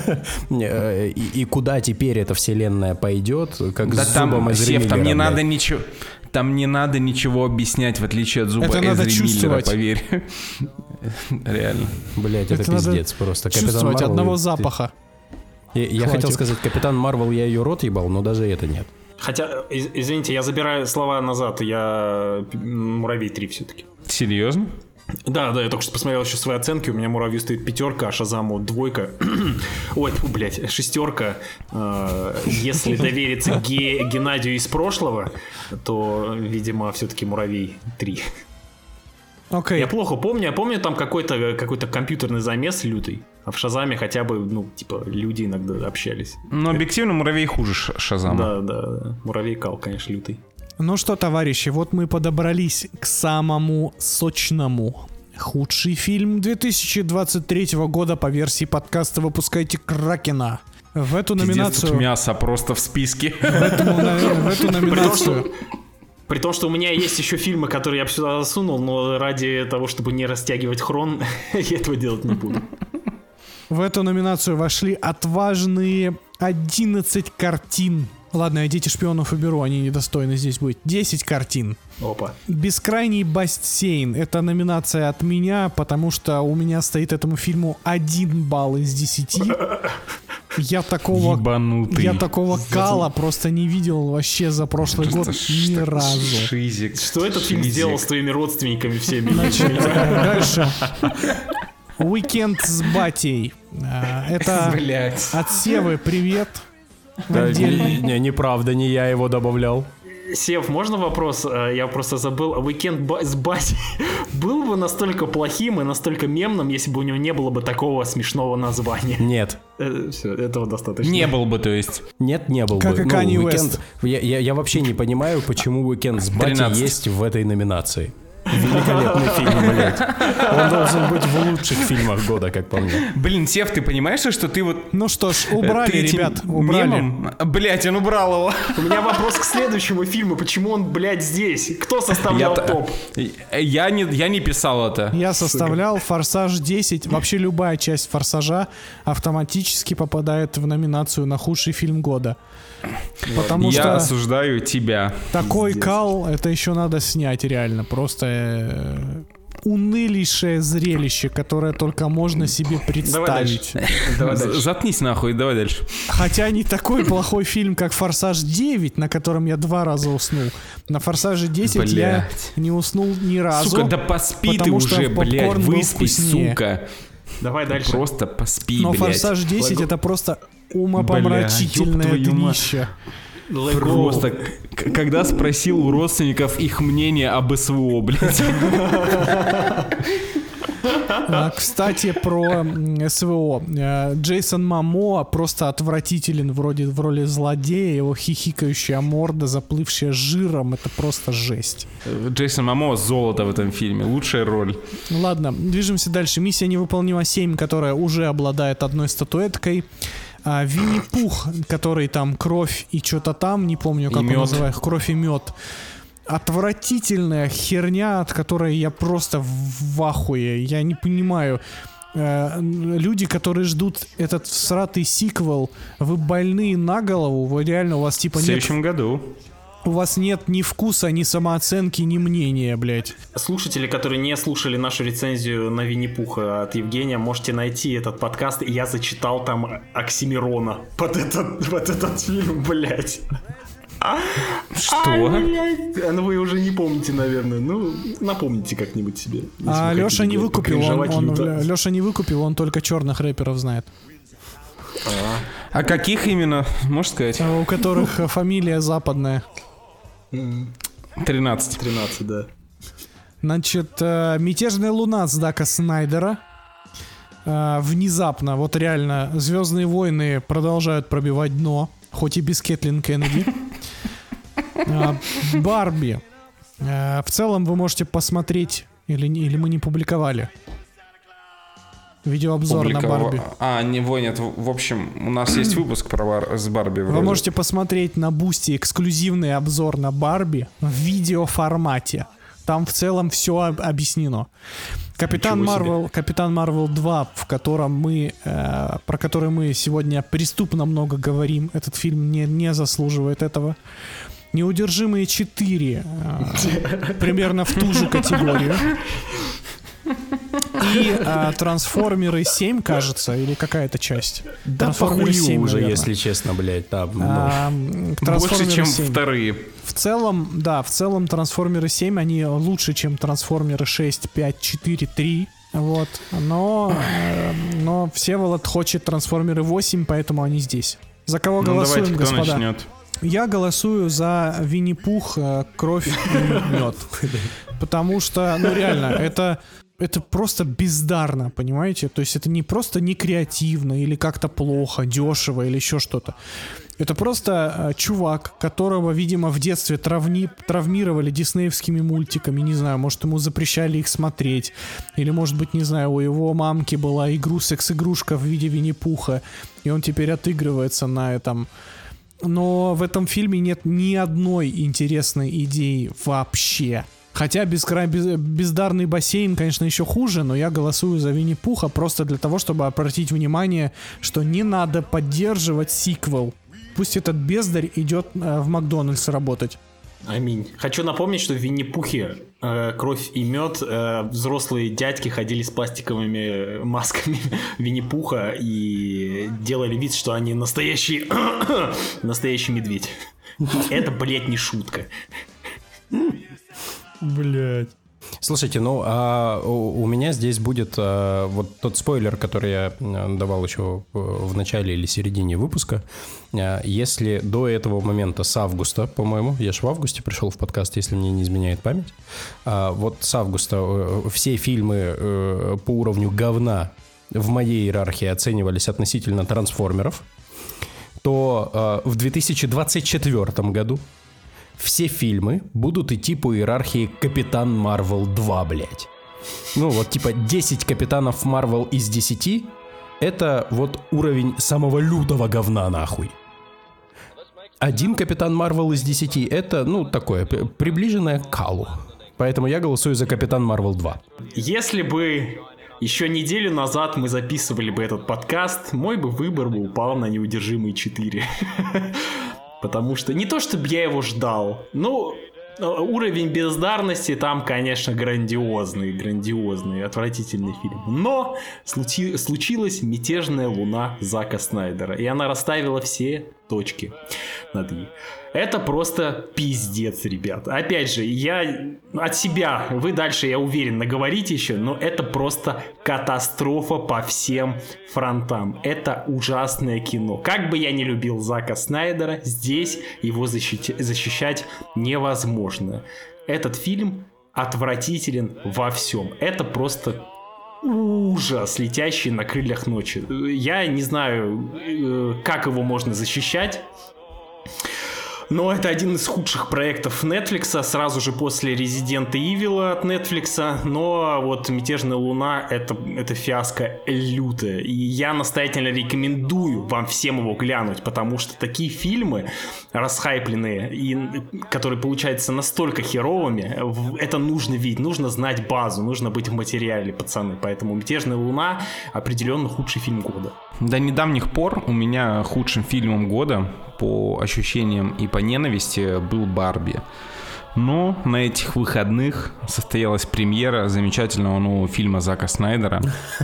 э, и и куда теперь эта вселенная пойдет, как Да с зубом там, из Сев, там Ремиллера, не блядь. надо ничего... Там не надо ничего объяснять, в отличие от зуба Это надо Эзри Миллера, чувствовать. поверь. Реально. Блять, это Это надо пиздец просто. Капитан Чувствовать Марвел, одного ты- запаха. Я, я Хватит. хотел сказать, Капитан Марвел, я ее рот ебал, но даже это нет. Хотя, из- извините, я забираю слова назад, я «Муравей три» все-таки. Серьезно? Да, да, я только что посмотрел еще свои оценки. У меня «Муравью» стоит пятерка, а «Шазаму» двойка. Ой, фу, блядь, шестерка. Э, Если довериться Ге- Геннадию из прошлого, то, видимо, все-таки «Муравей три». Окей. Я плохо помню, я помню там какой-то какой-то компьютерный замес лютый. А в «Шазаме» хотя бы, ну, типа, люди иногда общались. Но объективно «Муравей» хуже Ш- Шазама. Да, да, да. «Муравей» кал, конечно, лютый. Ну что, товарищи, вот мы подобрались к самому сочному. Худший фильм две тысячи двадцать третьего года по версии подкаста «Выпускайте Кракена». В эту Пиздец, номинацию... тут мясо просто в списке. В, этому на- в эту При том, номинацию... что, при том, что у меня есть еще фильмы, которые я бы сюда засунул, но ради того, чтобы не растягивать хрон, я этого делать не буду. В эту номинацию вошли отважные одиннадцать картин. Ладно, я «Дети шпионов» уберу, они недостойны здесь быть. десять картин. Опа. «Бескрайний бассейн» — это номинация от меня, потому что у меня стоит этому фильму один балл из десяти. Я такого... Ебанутый. Я такого кала просто не видел вообще за прошлый год Просто ни ш- разу. Шизик. Что этот фильм Шизик. сделал с твоими родственниками всеми? Значит, э, дальше. «Уикенд с батей». А, Это Блять. от Севы привет. Да, Отдельный. не- не- неправда, не я его добавлял. Сев, можно вопрос? Э, Я просто забыл. «Уикенд ба- с Бати» был бы настолько плохим и настолько мемным, если бы у него не было бы такого смешного названия. Нет. Все, этого достаточно. Не был бы, то есть. Нет, не был Как бы. и Канье Weeknd- Уэст. Я, я- я вообще не понимаю, почему «Уикенд с Бати» тринадцать. есть в этой номинации. Великолепный фильм, блядь. Он должен быть в лучших фильмах года, как по мне. Блин, Сев, ты понимаешь, что ты вот... Ну что ж, убрали, ты этим ребят, убрали. мемом- Блять, он убрал его. У меня вопрос к следующему фильму. Почему он, блядь, здесь? Кто составлял Я- топ? Я не, я не писал это. Я составлял «Форсаж десять». Вообще любая часть «Форсажа» автоматически попадает в номинацию на худший фильм года. Потому Я что осуждаю тебя. такой кал, это еще надо снять реально. Просто э, унылейшее зрелище, которое только можно себе представить. Давай З- дальше. Заткнись нахуй, давай дальше. Хотя не такой плохой фильм, как «Форсаж девять», на котором я два раза уснул. На «Форсаже десять» я Блядь. не уснул ни разу. Сука, да поспи ты потому что уже, попкорн блядь, был выспись, вкуснее. сука. Давай дальше. Просто поспи, Но блядь. «Форсаж десять» это просто умопомрачительное Бля, ёб твою мать. днище. Let go. Просто, к- когда спросил у родственников их мнение об СВО, блядь. А, Кстати, про м, СВО. Э, Джейсон Момоа просто отвратителен вроде в роли злодея. Его хихикающая морда, заплывшая жиром. Это просто жесть. Джейсон Момоа золото в этом фильме. Лучшая роль. Ладно, движемся дальше. «Миссия невыполнима семь», которая уже обладает одной статуэткой. А, «Винни-Пух», который там кровь и что-то там, не помню, как И он мёд. называется, кровь и мед. Отвратительная херня, от которой я просто в ахуе. Я не понимаю. Э, Люди, которые ждут этот всратый сиквел, вы больные на голову, вы реально, у вас В типа нет, следующем году. у вас нет ни вкуса, ни самооценки, ни мнения, блядь. Слушатели, которые не слушали нашу рецензию на Винни-Пуха от Евгения, можете найти этот подкаст. И я зачитал там Оксимирона под этот, под этот фильм, блядь. Что? Ай, блядь. Ну вы уже не помните, наверное. Ну, напомните как-нибудь себе. если А вы Леша хотите не выкупил, он, покринжевать он- люто. Леша не выкупил, он только черных рэперов знает. А каких именно? Можешь сказать? У которых э, фамилия западная. тринадцать. тринадцать, да. Значит, э, «Мятежная луна» с Дака Снайдера. Э, Внезапно, вот реально, «Звездные войны» продолжают пробивать дно, хоть и без Кэтлин Кеннеди. Э, «Барби». Э, в целом вы можете посмотреть, или, или мы не публиковали, видеообзор Публикова... на Барби. А, не, нет, в общем, у нас есть выпуск про бар... с Барби вроде. Вы можете посмотреть на Бусти эксклюзивный обзор на Барби в видеоформате. Там в целом все объяснено. Капитан Марвел, Капитан Марвел два, в котором мы, э, про который мы сегодня преступно много говорим, этот фильм не, не заслуживает этого. Неудержимые четыре, э, примерно в ту же категорию. И а, Трансформеры семь, кажется, или какая-то часть. Да Трансформеры семь уже, наверное. если честно, блядь, там. Ну. А, Больше, чем семь. вторые. В целом, да, в целом Трансформеры семь, они лучше, чем Трансформеры шесть, пять, четыре, три. Вот. Но, э, но Всеволод хочет Трансформеры восемь, поэтому они здесь. За кого Ну голосуем, давайте, кто господа? начнет? Я голосую за Винни-Пух, кровь и мед. Потому что, ну реально, это, это просто бездарно, понимаете? То есть это не просто не креативно или как-то плохо, дешево или еще что-то. Это просто э, чувак, которого, видимо, в детстве травни, травмировали диснеевскими мультиками, не знаю, может, ему запрещали их смотреть, или, может быть, не знаю, у его мамки была игру секс-игрушка в виде Винни-Пуха, и он теперь отыгрывается на этом. Но в этом фильме нет ни одной интересной идеи вообще. Хотя бескрай, без, бездарный бассейн, конечно, еще хуже, но я голосую за Винни-Пуха просто для того, чтобы обратить внимание, что не надо поддерживать сиквел. Пусть этот бездарь идет э, в Макдональдс работать. Аминь. Хочу напомнить, что в Винни-Пухе э, кровь и мед э, взрослые дядьки ходили с пластиковыми масками Винни-Пуха и делали вид, что они настоящий настоящий медведь. Это, блядь, не шутка. Блядь. Слушайте, ну а у, у меня здесь будет а, вот тот спойлер, который я давал еще в начале или середине выпуска. А, если до этого момента с августа, по-моему, я же в августе пришел в подкаст, если мне не изменяет память, а, вот с августа все фильмы а, по уровню говна в моей иерархии оценивались относительно трансформеров, то а, в две тысячи двадцать четвёртом году все фильмы будут идти по иерархии Капитан Марвел два, блядь. Ну вот типа десять Капитанов Марвел из десяти это вот уровень самого лютого говна нахуй. Один Капитан Марвел из десяти это, ну, такое, приближенное к Калу. Поэтому я голосую за Капитан Марвел два. Если бы еще неделю назад мы записывали бы этот подкаст, мой бы выбор бы упал на Неудержимые четыре. Потому что не то, чтобы я его ждал, но уровень бездарности там, конечно, грандиозный, грандиозный, отвратительный фильм. Но случи- случилась «Мятежная луна» Зака Снайдера, и она расставила все точки над «и». Это просто пиздец, ребят. Опять же, я от себя, вы дальше, я уверен, наговорите еще, но это просто катастрофа по всем фронтам. Это ужасное кино. Как бы я не любил Зака Снайдера, здесь его защищ- защищать невозможно. Этот фильм отвратителен во всем. Это просто ужас, летящий на крыльях ночи. Я не знаю, как его можно защищать. Но это один из худших проектов Netflix, сразу же после Resident Evil от Netflix. Но вот «Мятежная луна» это, это фиаско лютое. И я настоятельно рекомендую вам всем его глянуть, потому что такие фильмы расхайпленные, и, которые получаются настолько херовыми, это нужно видеть, нужно знать базу, нужно быть в материале, пацаны. Поэтому «Мятежная луна» определенно худший фильм года. До недавних пор у меня худшим фильмом года по ощущениям и по ненависти был «Барби». Но на этих выходных состоялась премьера замечательного нового фильма Зака Снайдера.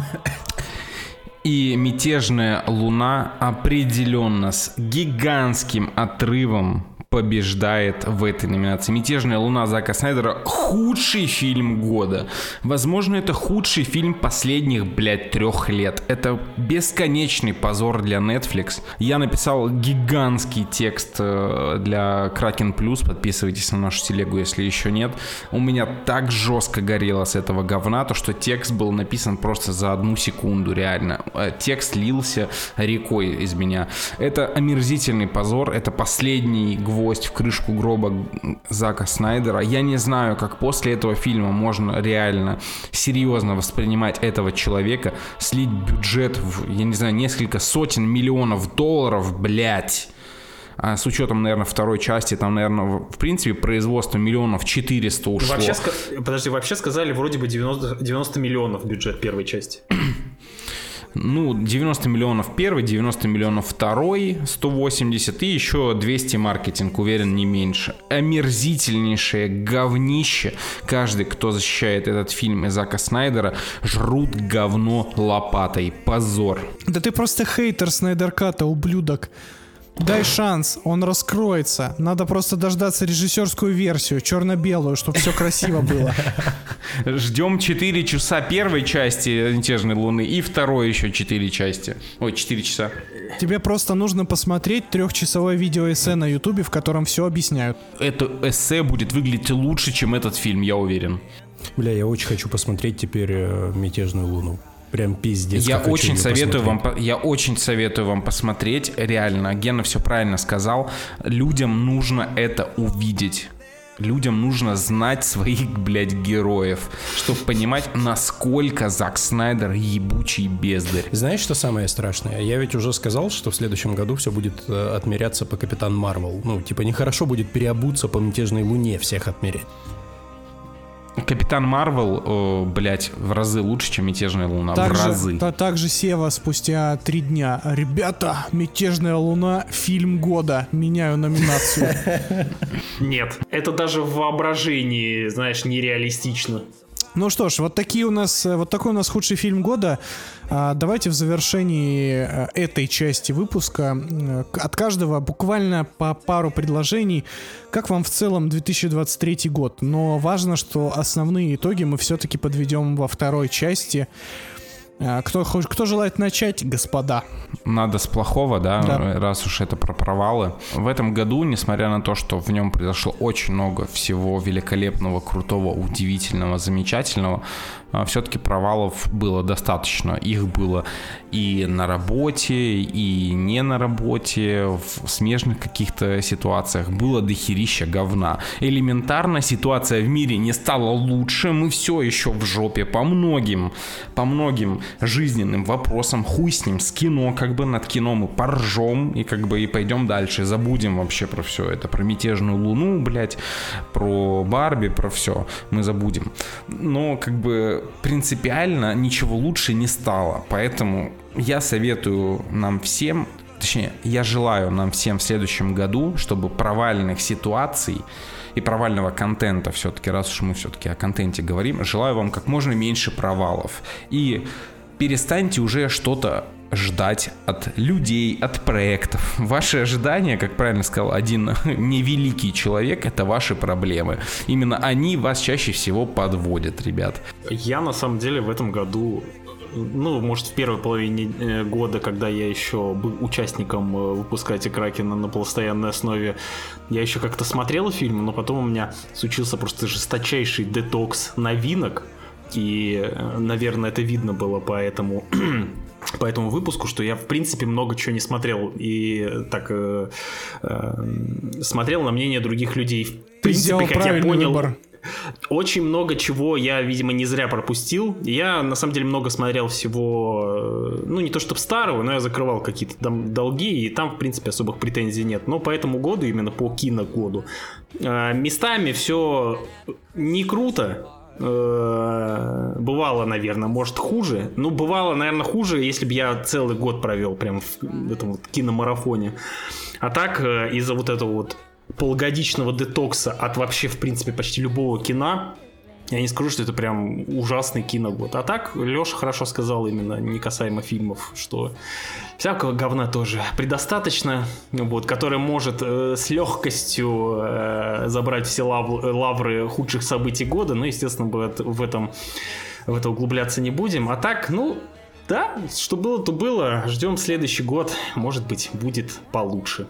И «Мятежная луна» определенно с гигантским отрывом побеждает в этой номинации. «Мятежная луна» Зака Снайдера — худший фильм года. Возможно, это худший фильм последних, блядь, трех лет. Это бесконечный позор для Netflix. Я написал гигантский текст для Кракен Плюс. Подписывайтесь на нашу телегу, если еще нет. У меня так жестко горело с этого говна, то что текст был написан просто за одну секунду, реально. Текст лился рекой из меня. Это омерзительный позор. Это последний гвоздь гвоздь в крышку гроба Зака Снайдера. Я не знаю, как после этого фильма можно реально серьезно воспринимать этого человека, слить бюджет в, я не знаю, несколько сотен миллионов долларов, блять. А с учетом, наверное, второй части, там, наверное, в принципе, производство миллионов четыреста ушло. Вообще, подожди, вообще сказали вроде бы девяносто, девяносто миллионов бюджет первой части. Ну, девяносто миллионов первый, девяносто миллионов второй, сто восемьдесят и еще двести маркетинг, уверен, не меньше. Омерзительнейшее говнище. Каждый, кто защищает этот фильм и Зака Снайдера, жрут говно лопатой. Позор. Да ты просто хейтер Снайдерката, ублюдок. Дай шанс, он раскроется. Надо просто дождаться режиссерскую версию, черно-белую, чтобы все красиво было. Ждем четыре часа первой части «Мятежной Луны» и второй еще четыре части. Ой, четыре часа. Тебе просто нужно посмотреть трехчасовое видеоэссе на ютубе, в котором все объясняют. Это эссе будет выглядеть лучше, чем этот фильм, я уверен. Бля, я очень хочу посмотреть теперь э, «Мятежную Луну». Прям пиздец. Я очень советую вам, я очень советую вам посмотреть. Реально, Гена все правильно сказал. Людям нужно это увидеть. Людям нужно знать своих, блядь, героев, чтобы понимать, насколько Зак Снайдер ебучий бездарь. Знаешь, что самое страшное? Я ведь уже сказал, что в следующем году все будет э, отмеряться по Капитан Марвел. Ну, типа, нехорошо будет переобуться по «Мятежной Луне», всех отмерять. Капитан Марвел, о, блядь, в разы лучше, чем «Мятежная Луна». Так в же, разы. та, также Сева спустя три дня. Ребята, «Мятежная Луна» — фильм года. Меняю номинацию. Нет, это даже в воображении, знаешь, нереалистично. Ну что ж, вот такие у нас, вот такой у нас худший фильм года. А, давайте в завершении этой части выпуска от каждого буквально по пару предложений, как вам в целом две тысячи двадцать третий год. Но важно, что основные итоги мы все-таки подведем во второй части. Кто, кто желает начать, господа? Надо с плохого, да, да, раз уж это про провалы. В этом году, несмотря на то, что в нем произошло очень много всего великолепного, крутого, удивительного, замечательного, все-таки провалов было достаточно. Их было и на работе, и не на работе, в смежных каких-то ситуациях. Было дохерища говна. Элементарно ситуация в мире не стала лучше. Мы все еще в жопе по многим, по многим жизненным вопросам. Хуй с ним, с кино, как бы над кино мы поржем и как бы и пойдем дальше. Забудем вообще про все это. Про «Мятежную Луну», блять, про Барби, про все. Мы забудем. Но как бы принципиально ничего лучше не стало. Поэтому я советую нам всем, точнее, я желаю нам всем в следующем году, чтобы провальных ситуаций и провального контента, все-таки, раз уж мы все-таки о контенте говорим, желаю вам как можно меньше провалов. И перестаньте уже что-то ждать от людей, от проектов. Ваши ожидания, как правильно сказал один невеликий человек, это ваши проблемы. Именно они вас чаще всего подводят, ребят. Я на самом деле в этом году, ну, может, в первой половине года, когда я еще был участником «Выпускайте Кракена» на постоянной основе, я еще как-то смотрел фильмы, но потом у меня случился просто жесточайший детокс новинок. И, наверное, это видно было по этому... по этому выпуску, что я, в принципе, много чего не смотрел. И так э, э, смотрел на мнение других людей. В принципе, как я понял, выбор. Очень много чего я, видимо, не зря пропустил. Я, на самом деле, много смотрел всего, ну, не то чтобы старого, но я закрывал какие-то там долги, и там, в принципе, особых претензий нет. Но по этому году, именно по киногоду, э, местами все не круто. Бывало, наверное, может хуже. Ну, бывало, наверное, хуже, если бы я целый год провел прям в этом вот киномарафоне. А так, из-за вот этого вот полугодичного детокса от вообще, в принципе, почти любого кино, я не скажу, что это прям ужасный киногод. А так, Леша хорошо сказал именно, не касаемо фильмов, что всякого говна тоже предостаточно, вот, который может э, с легкостью э, забрать все лав, лавры худших событий года. Но, естественно, в этом, в это углубляться не будем. А так, ну, да, что было, то было. Ждем следующий год. Может быть, будет получше.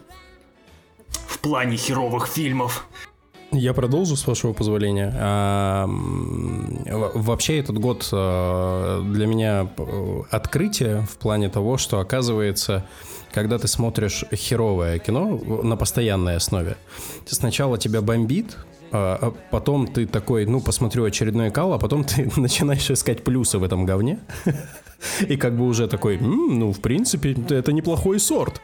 В плане херовых фильмов. Я продолжу, с вашего позволения. А, вообще этот год для меня открытие в плане того, что, оказывается, когда ты смотришь херовое кино на постоянной основе, сначала тебя бомбит, а потом ты такой, ну, посмотрю очередной кал, а потом ты начинаешь искать плюсы в этом говне. И как бы уже такой, м-м, ну, в принципе, это неплохой сорт.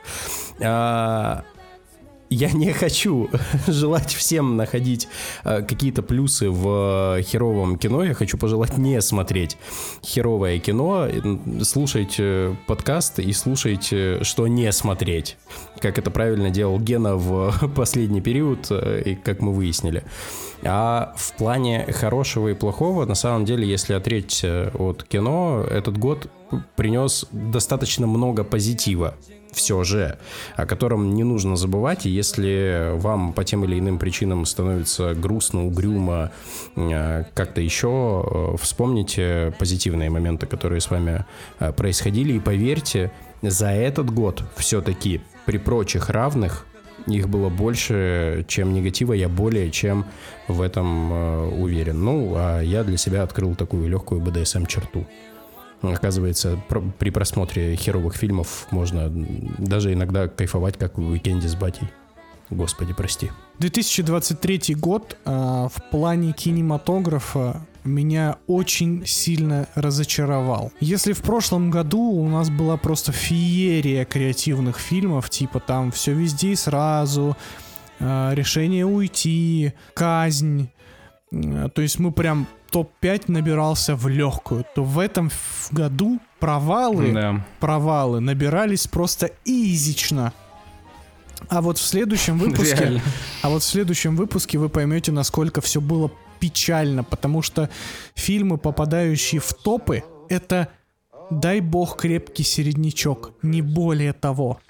А, я не хочу желать всем находить а, какие-то плюсы в а, херовом кино. Я хочу пожелать не смотреть херовое кино, слушать а, подкаст и слушать, а, что не смотреть. Как это правильно делал Гена в последний период, а, и как мы выяснили. А в плане хорошего и плохого, на самом деле, если отречься от кино, этот год принес достаточно много позитива. Все же, о котором не нужно забывать, и если вам по тем или иным причинам становится грустно, угрюмо, как-то еще, вспомните позитивные моменты, которые с вами происходили, и поверьте, за этот год все-таки при прочих равных их было больше, чем негатива, я более чем в этом э, уверен. Ну, а я для себя открыл такую легкую бэ дэ эс эм-черту. Оказывается, про- при просмотре херовых фильмов можно даже иногда кайфовать, как в уикенде с батей. Господи, прости. две тысячи двадцать третий год э, в плане кинематографа меня очень сильно разочаровал. Если в прошлом году у нас была просто феерия креативных фильмов, типа там «Все везде и сразу», э, «Решение уйти», «Казнь», э, то есть мы прям топ пять набирался в легкую, то в этом году провалы, Да. провалы набирались просто изично. А вот в следующем выпуске, Реально. а вот в следующем выпуске вы поймете, насколько все было печально, потому что фильмы, попадающие в топы, это, дай бог, крепкий середнячок, не более того.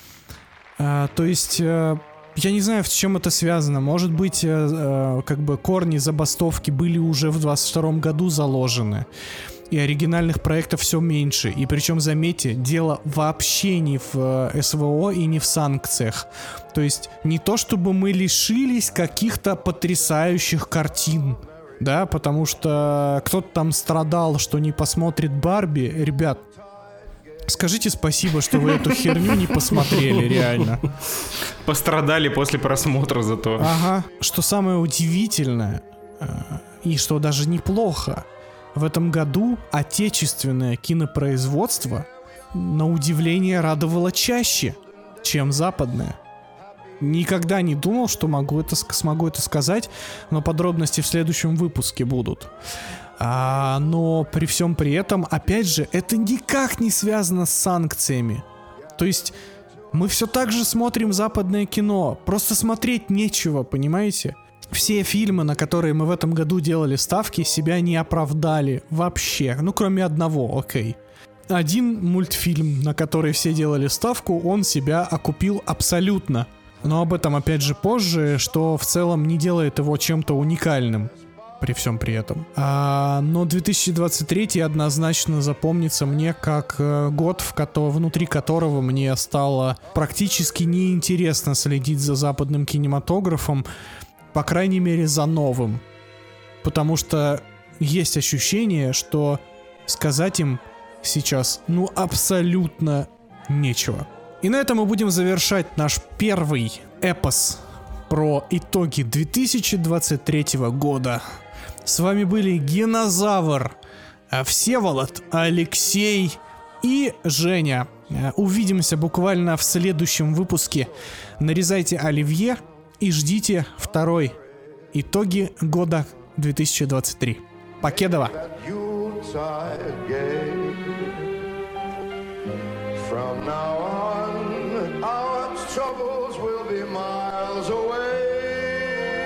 А, то есть, а, я не знаю, с чем это связано. Может быть, а, как бы корни забастовки были уже в двадцать втором году заложены. И оригинальных проектов все меньше. И причем, заметьте, дело вообще не в э, эс вэ о и не в санкциях. То есть не то, чтобы мы лишились каких-то потрясающих картин, да, потому что кто-то там страдал, что не посмотрит Барби. Ребят, скажите спасибо, что вы эту херню не посмотрели, реально. Пострадали после просмотра зато. Ага. Что самое удивительное, э, и что даже неплохо, в этом году отечественное кинопроизводство, на удивление, радовало чаще, чем западное. Никогда не думал, что могу это, смогу это сказать, но подробности в следующем выпуске будут. А, но при всем при этом, опять же, это никак не связано с санкциями. То есть мы все так же смотрим западное кино, просто смотреть нечего, понимаете? Все фильмы, на которые мы в этом году делали ставки, себя не оправдали вообще. Ну, кроме одного, окей. Один мультфильм, на который все делали ставку, он себя окупил абсолютно. Но об этом опять же позже, что в целом не делает его чем-то уникальным. При всем при этом. А, но две тысячи двадцать третий однозначно запомнится мне как э, год, в ко- внутри которого мне стало практически неинтересно следить за западным кинематографом. По крайней мере, за новым. Потому что есть ощущение, что сказать им сейчас, ну, абсолютно нечего. И на этом мы будем завершать наш первый эпос про итоги две тысячи двадцать третьего года. С вами были Генозавр, Всеволод, Алексей и Женя. Увидимся буквально в следующем выпуске. Нарезайте оливье и ждите второй итоги года две тысячи двадцать три. Покедова! From now on, our troubles will be miles away.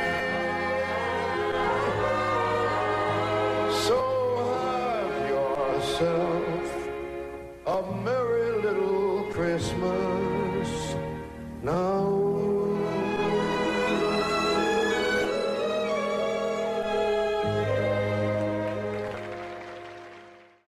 So have yourself a merry little Christmas now.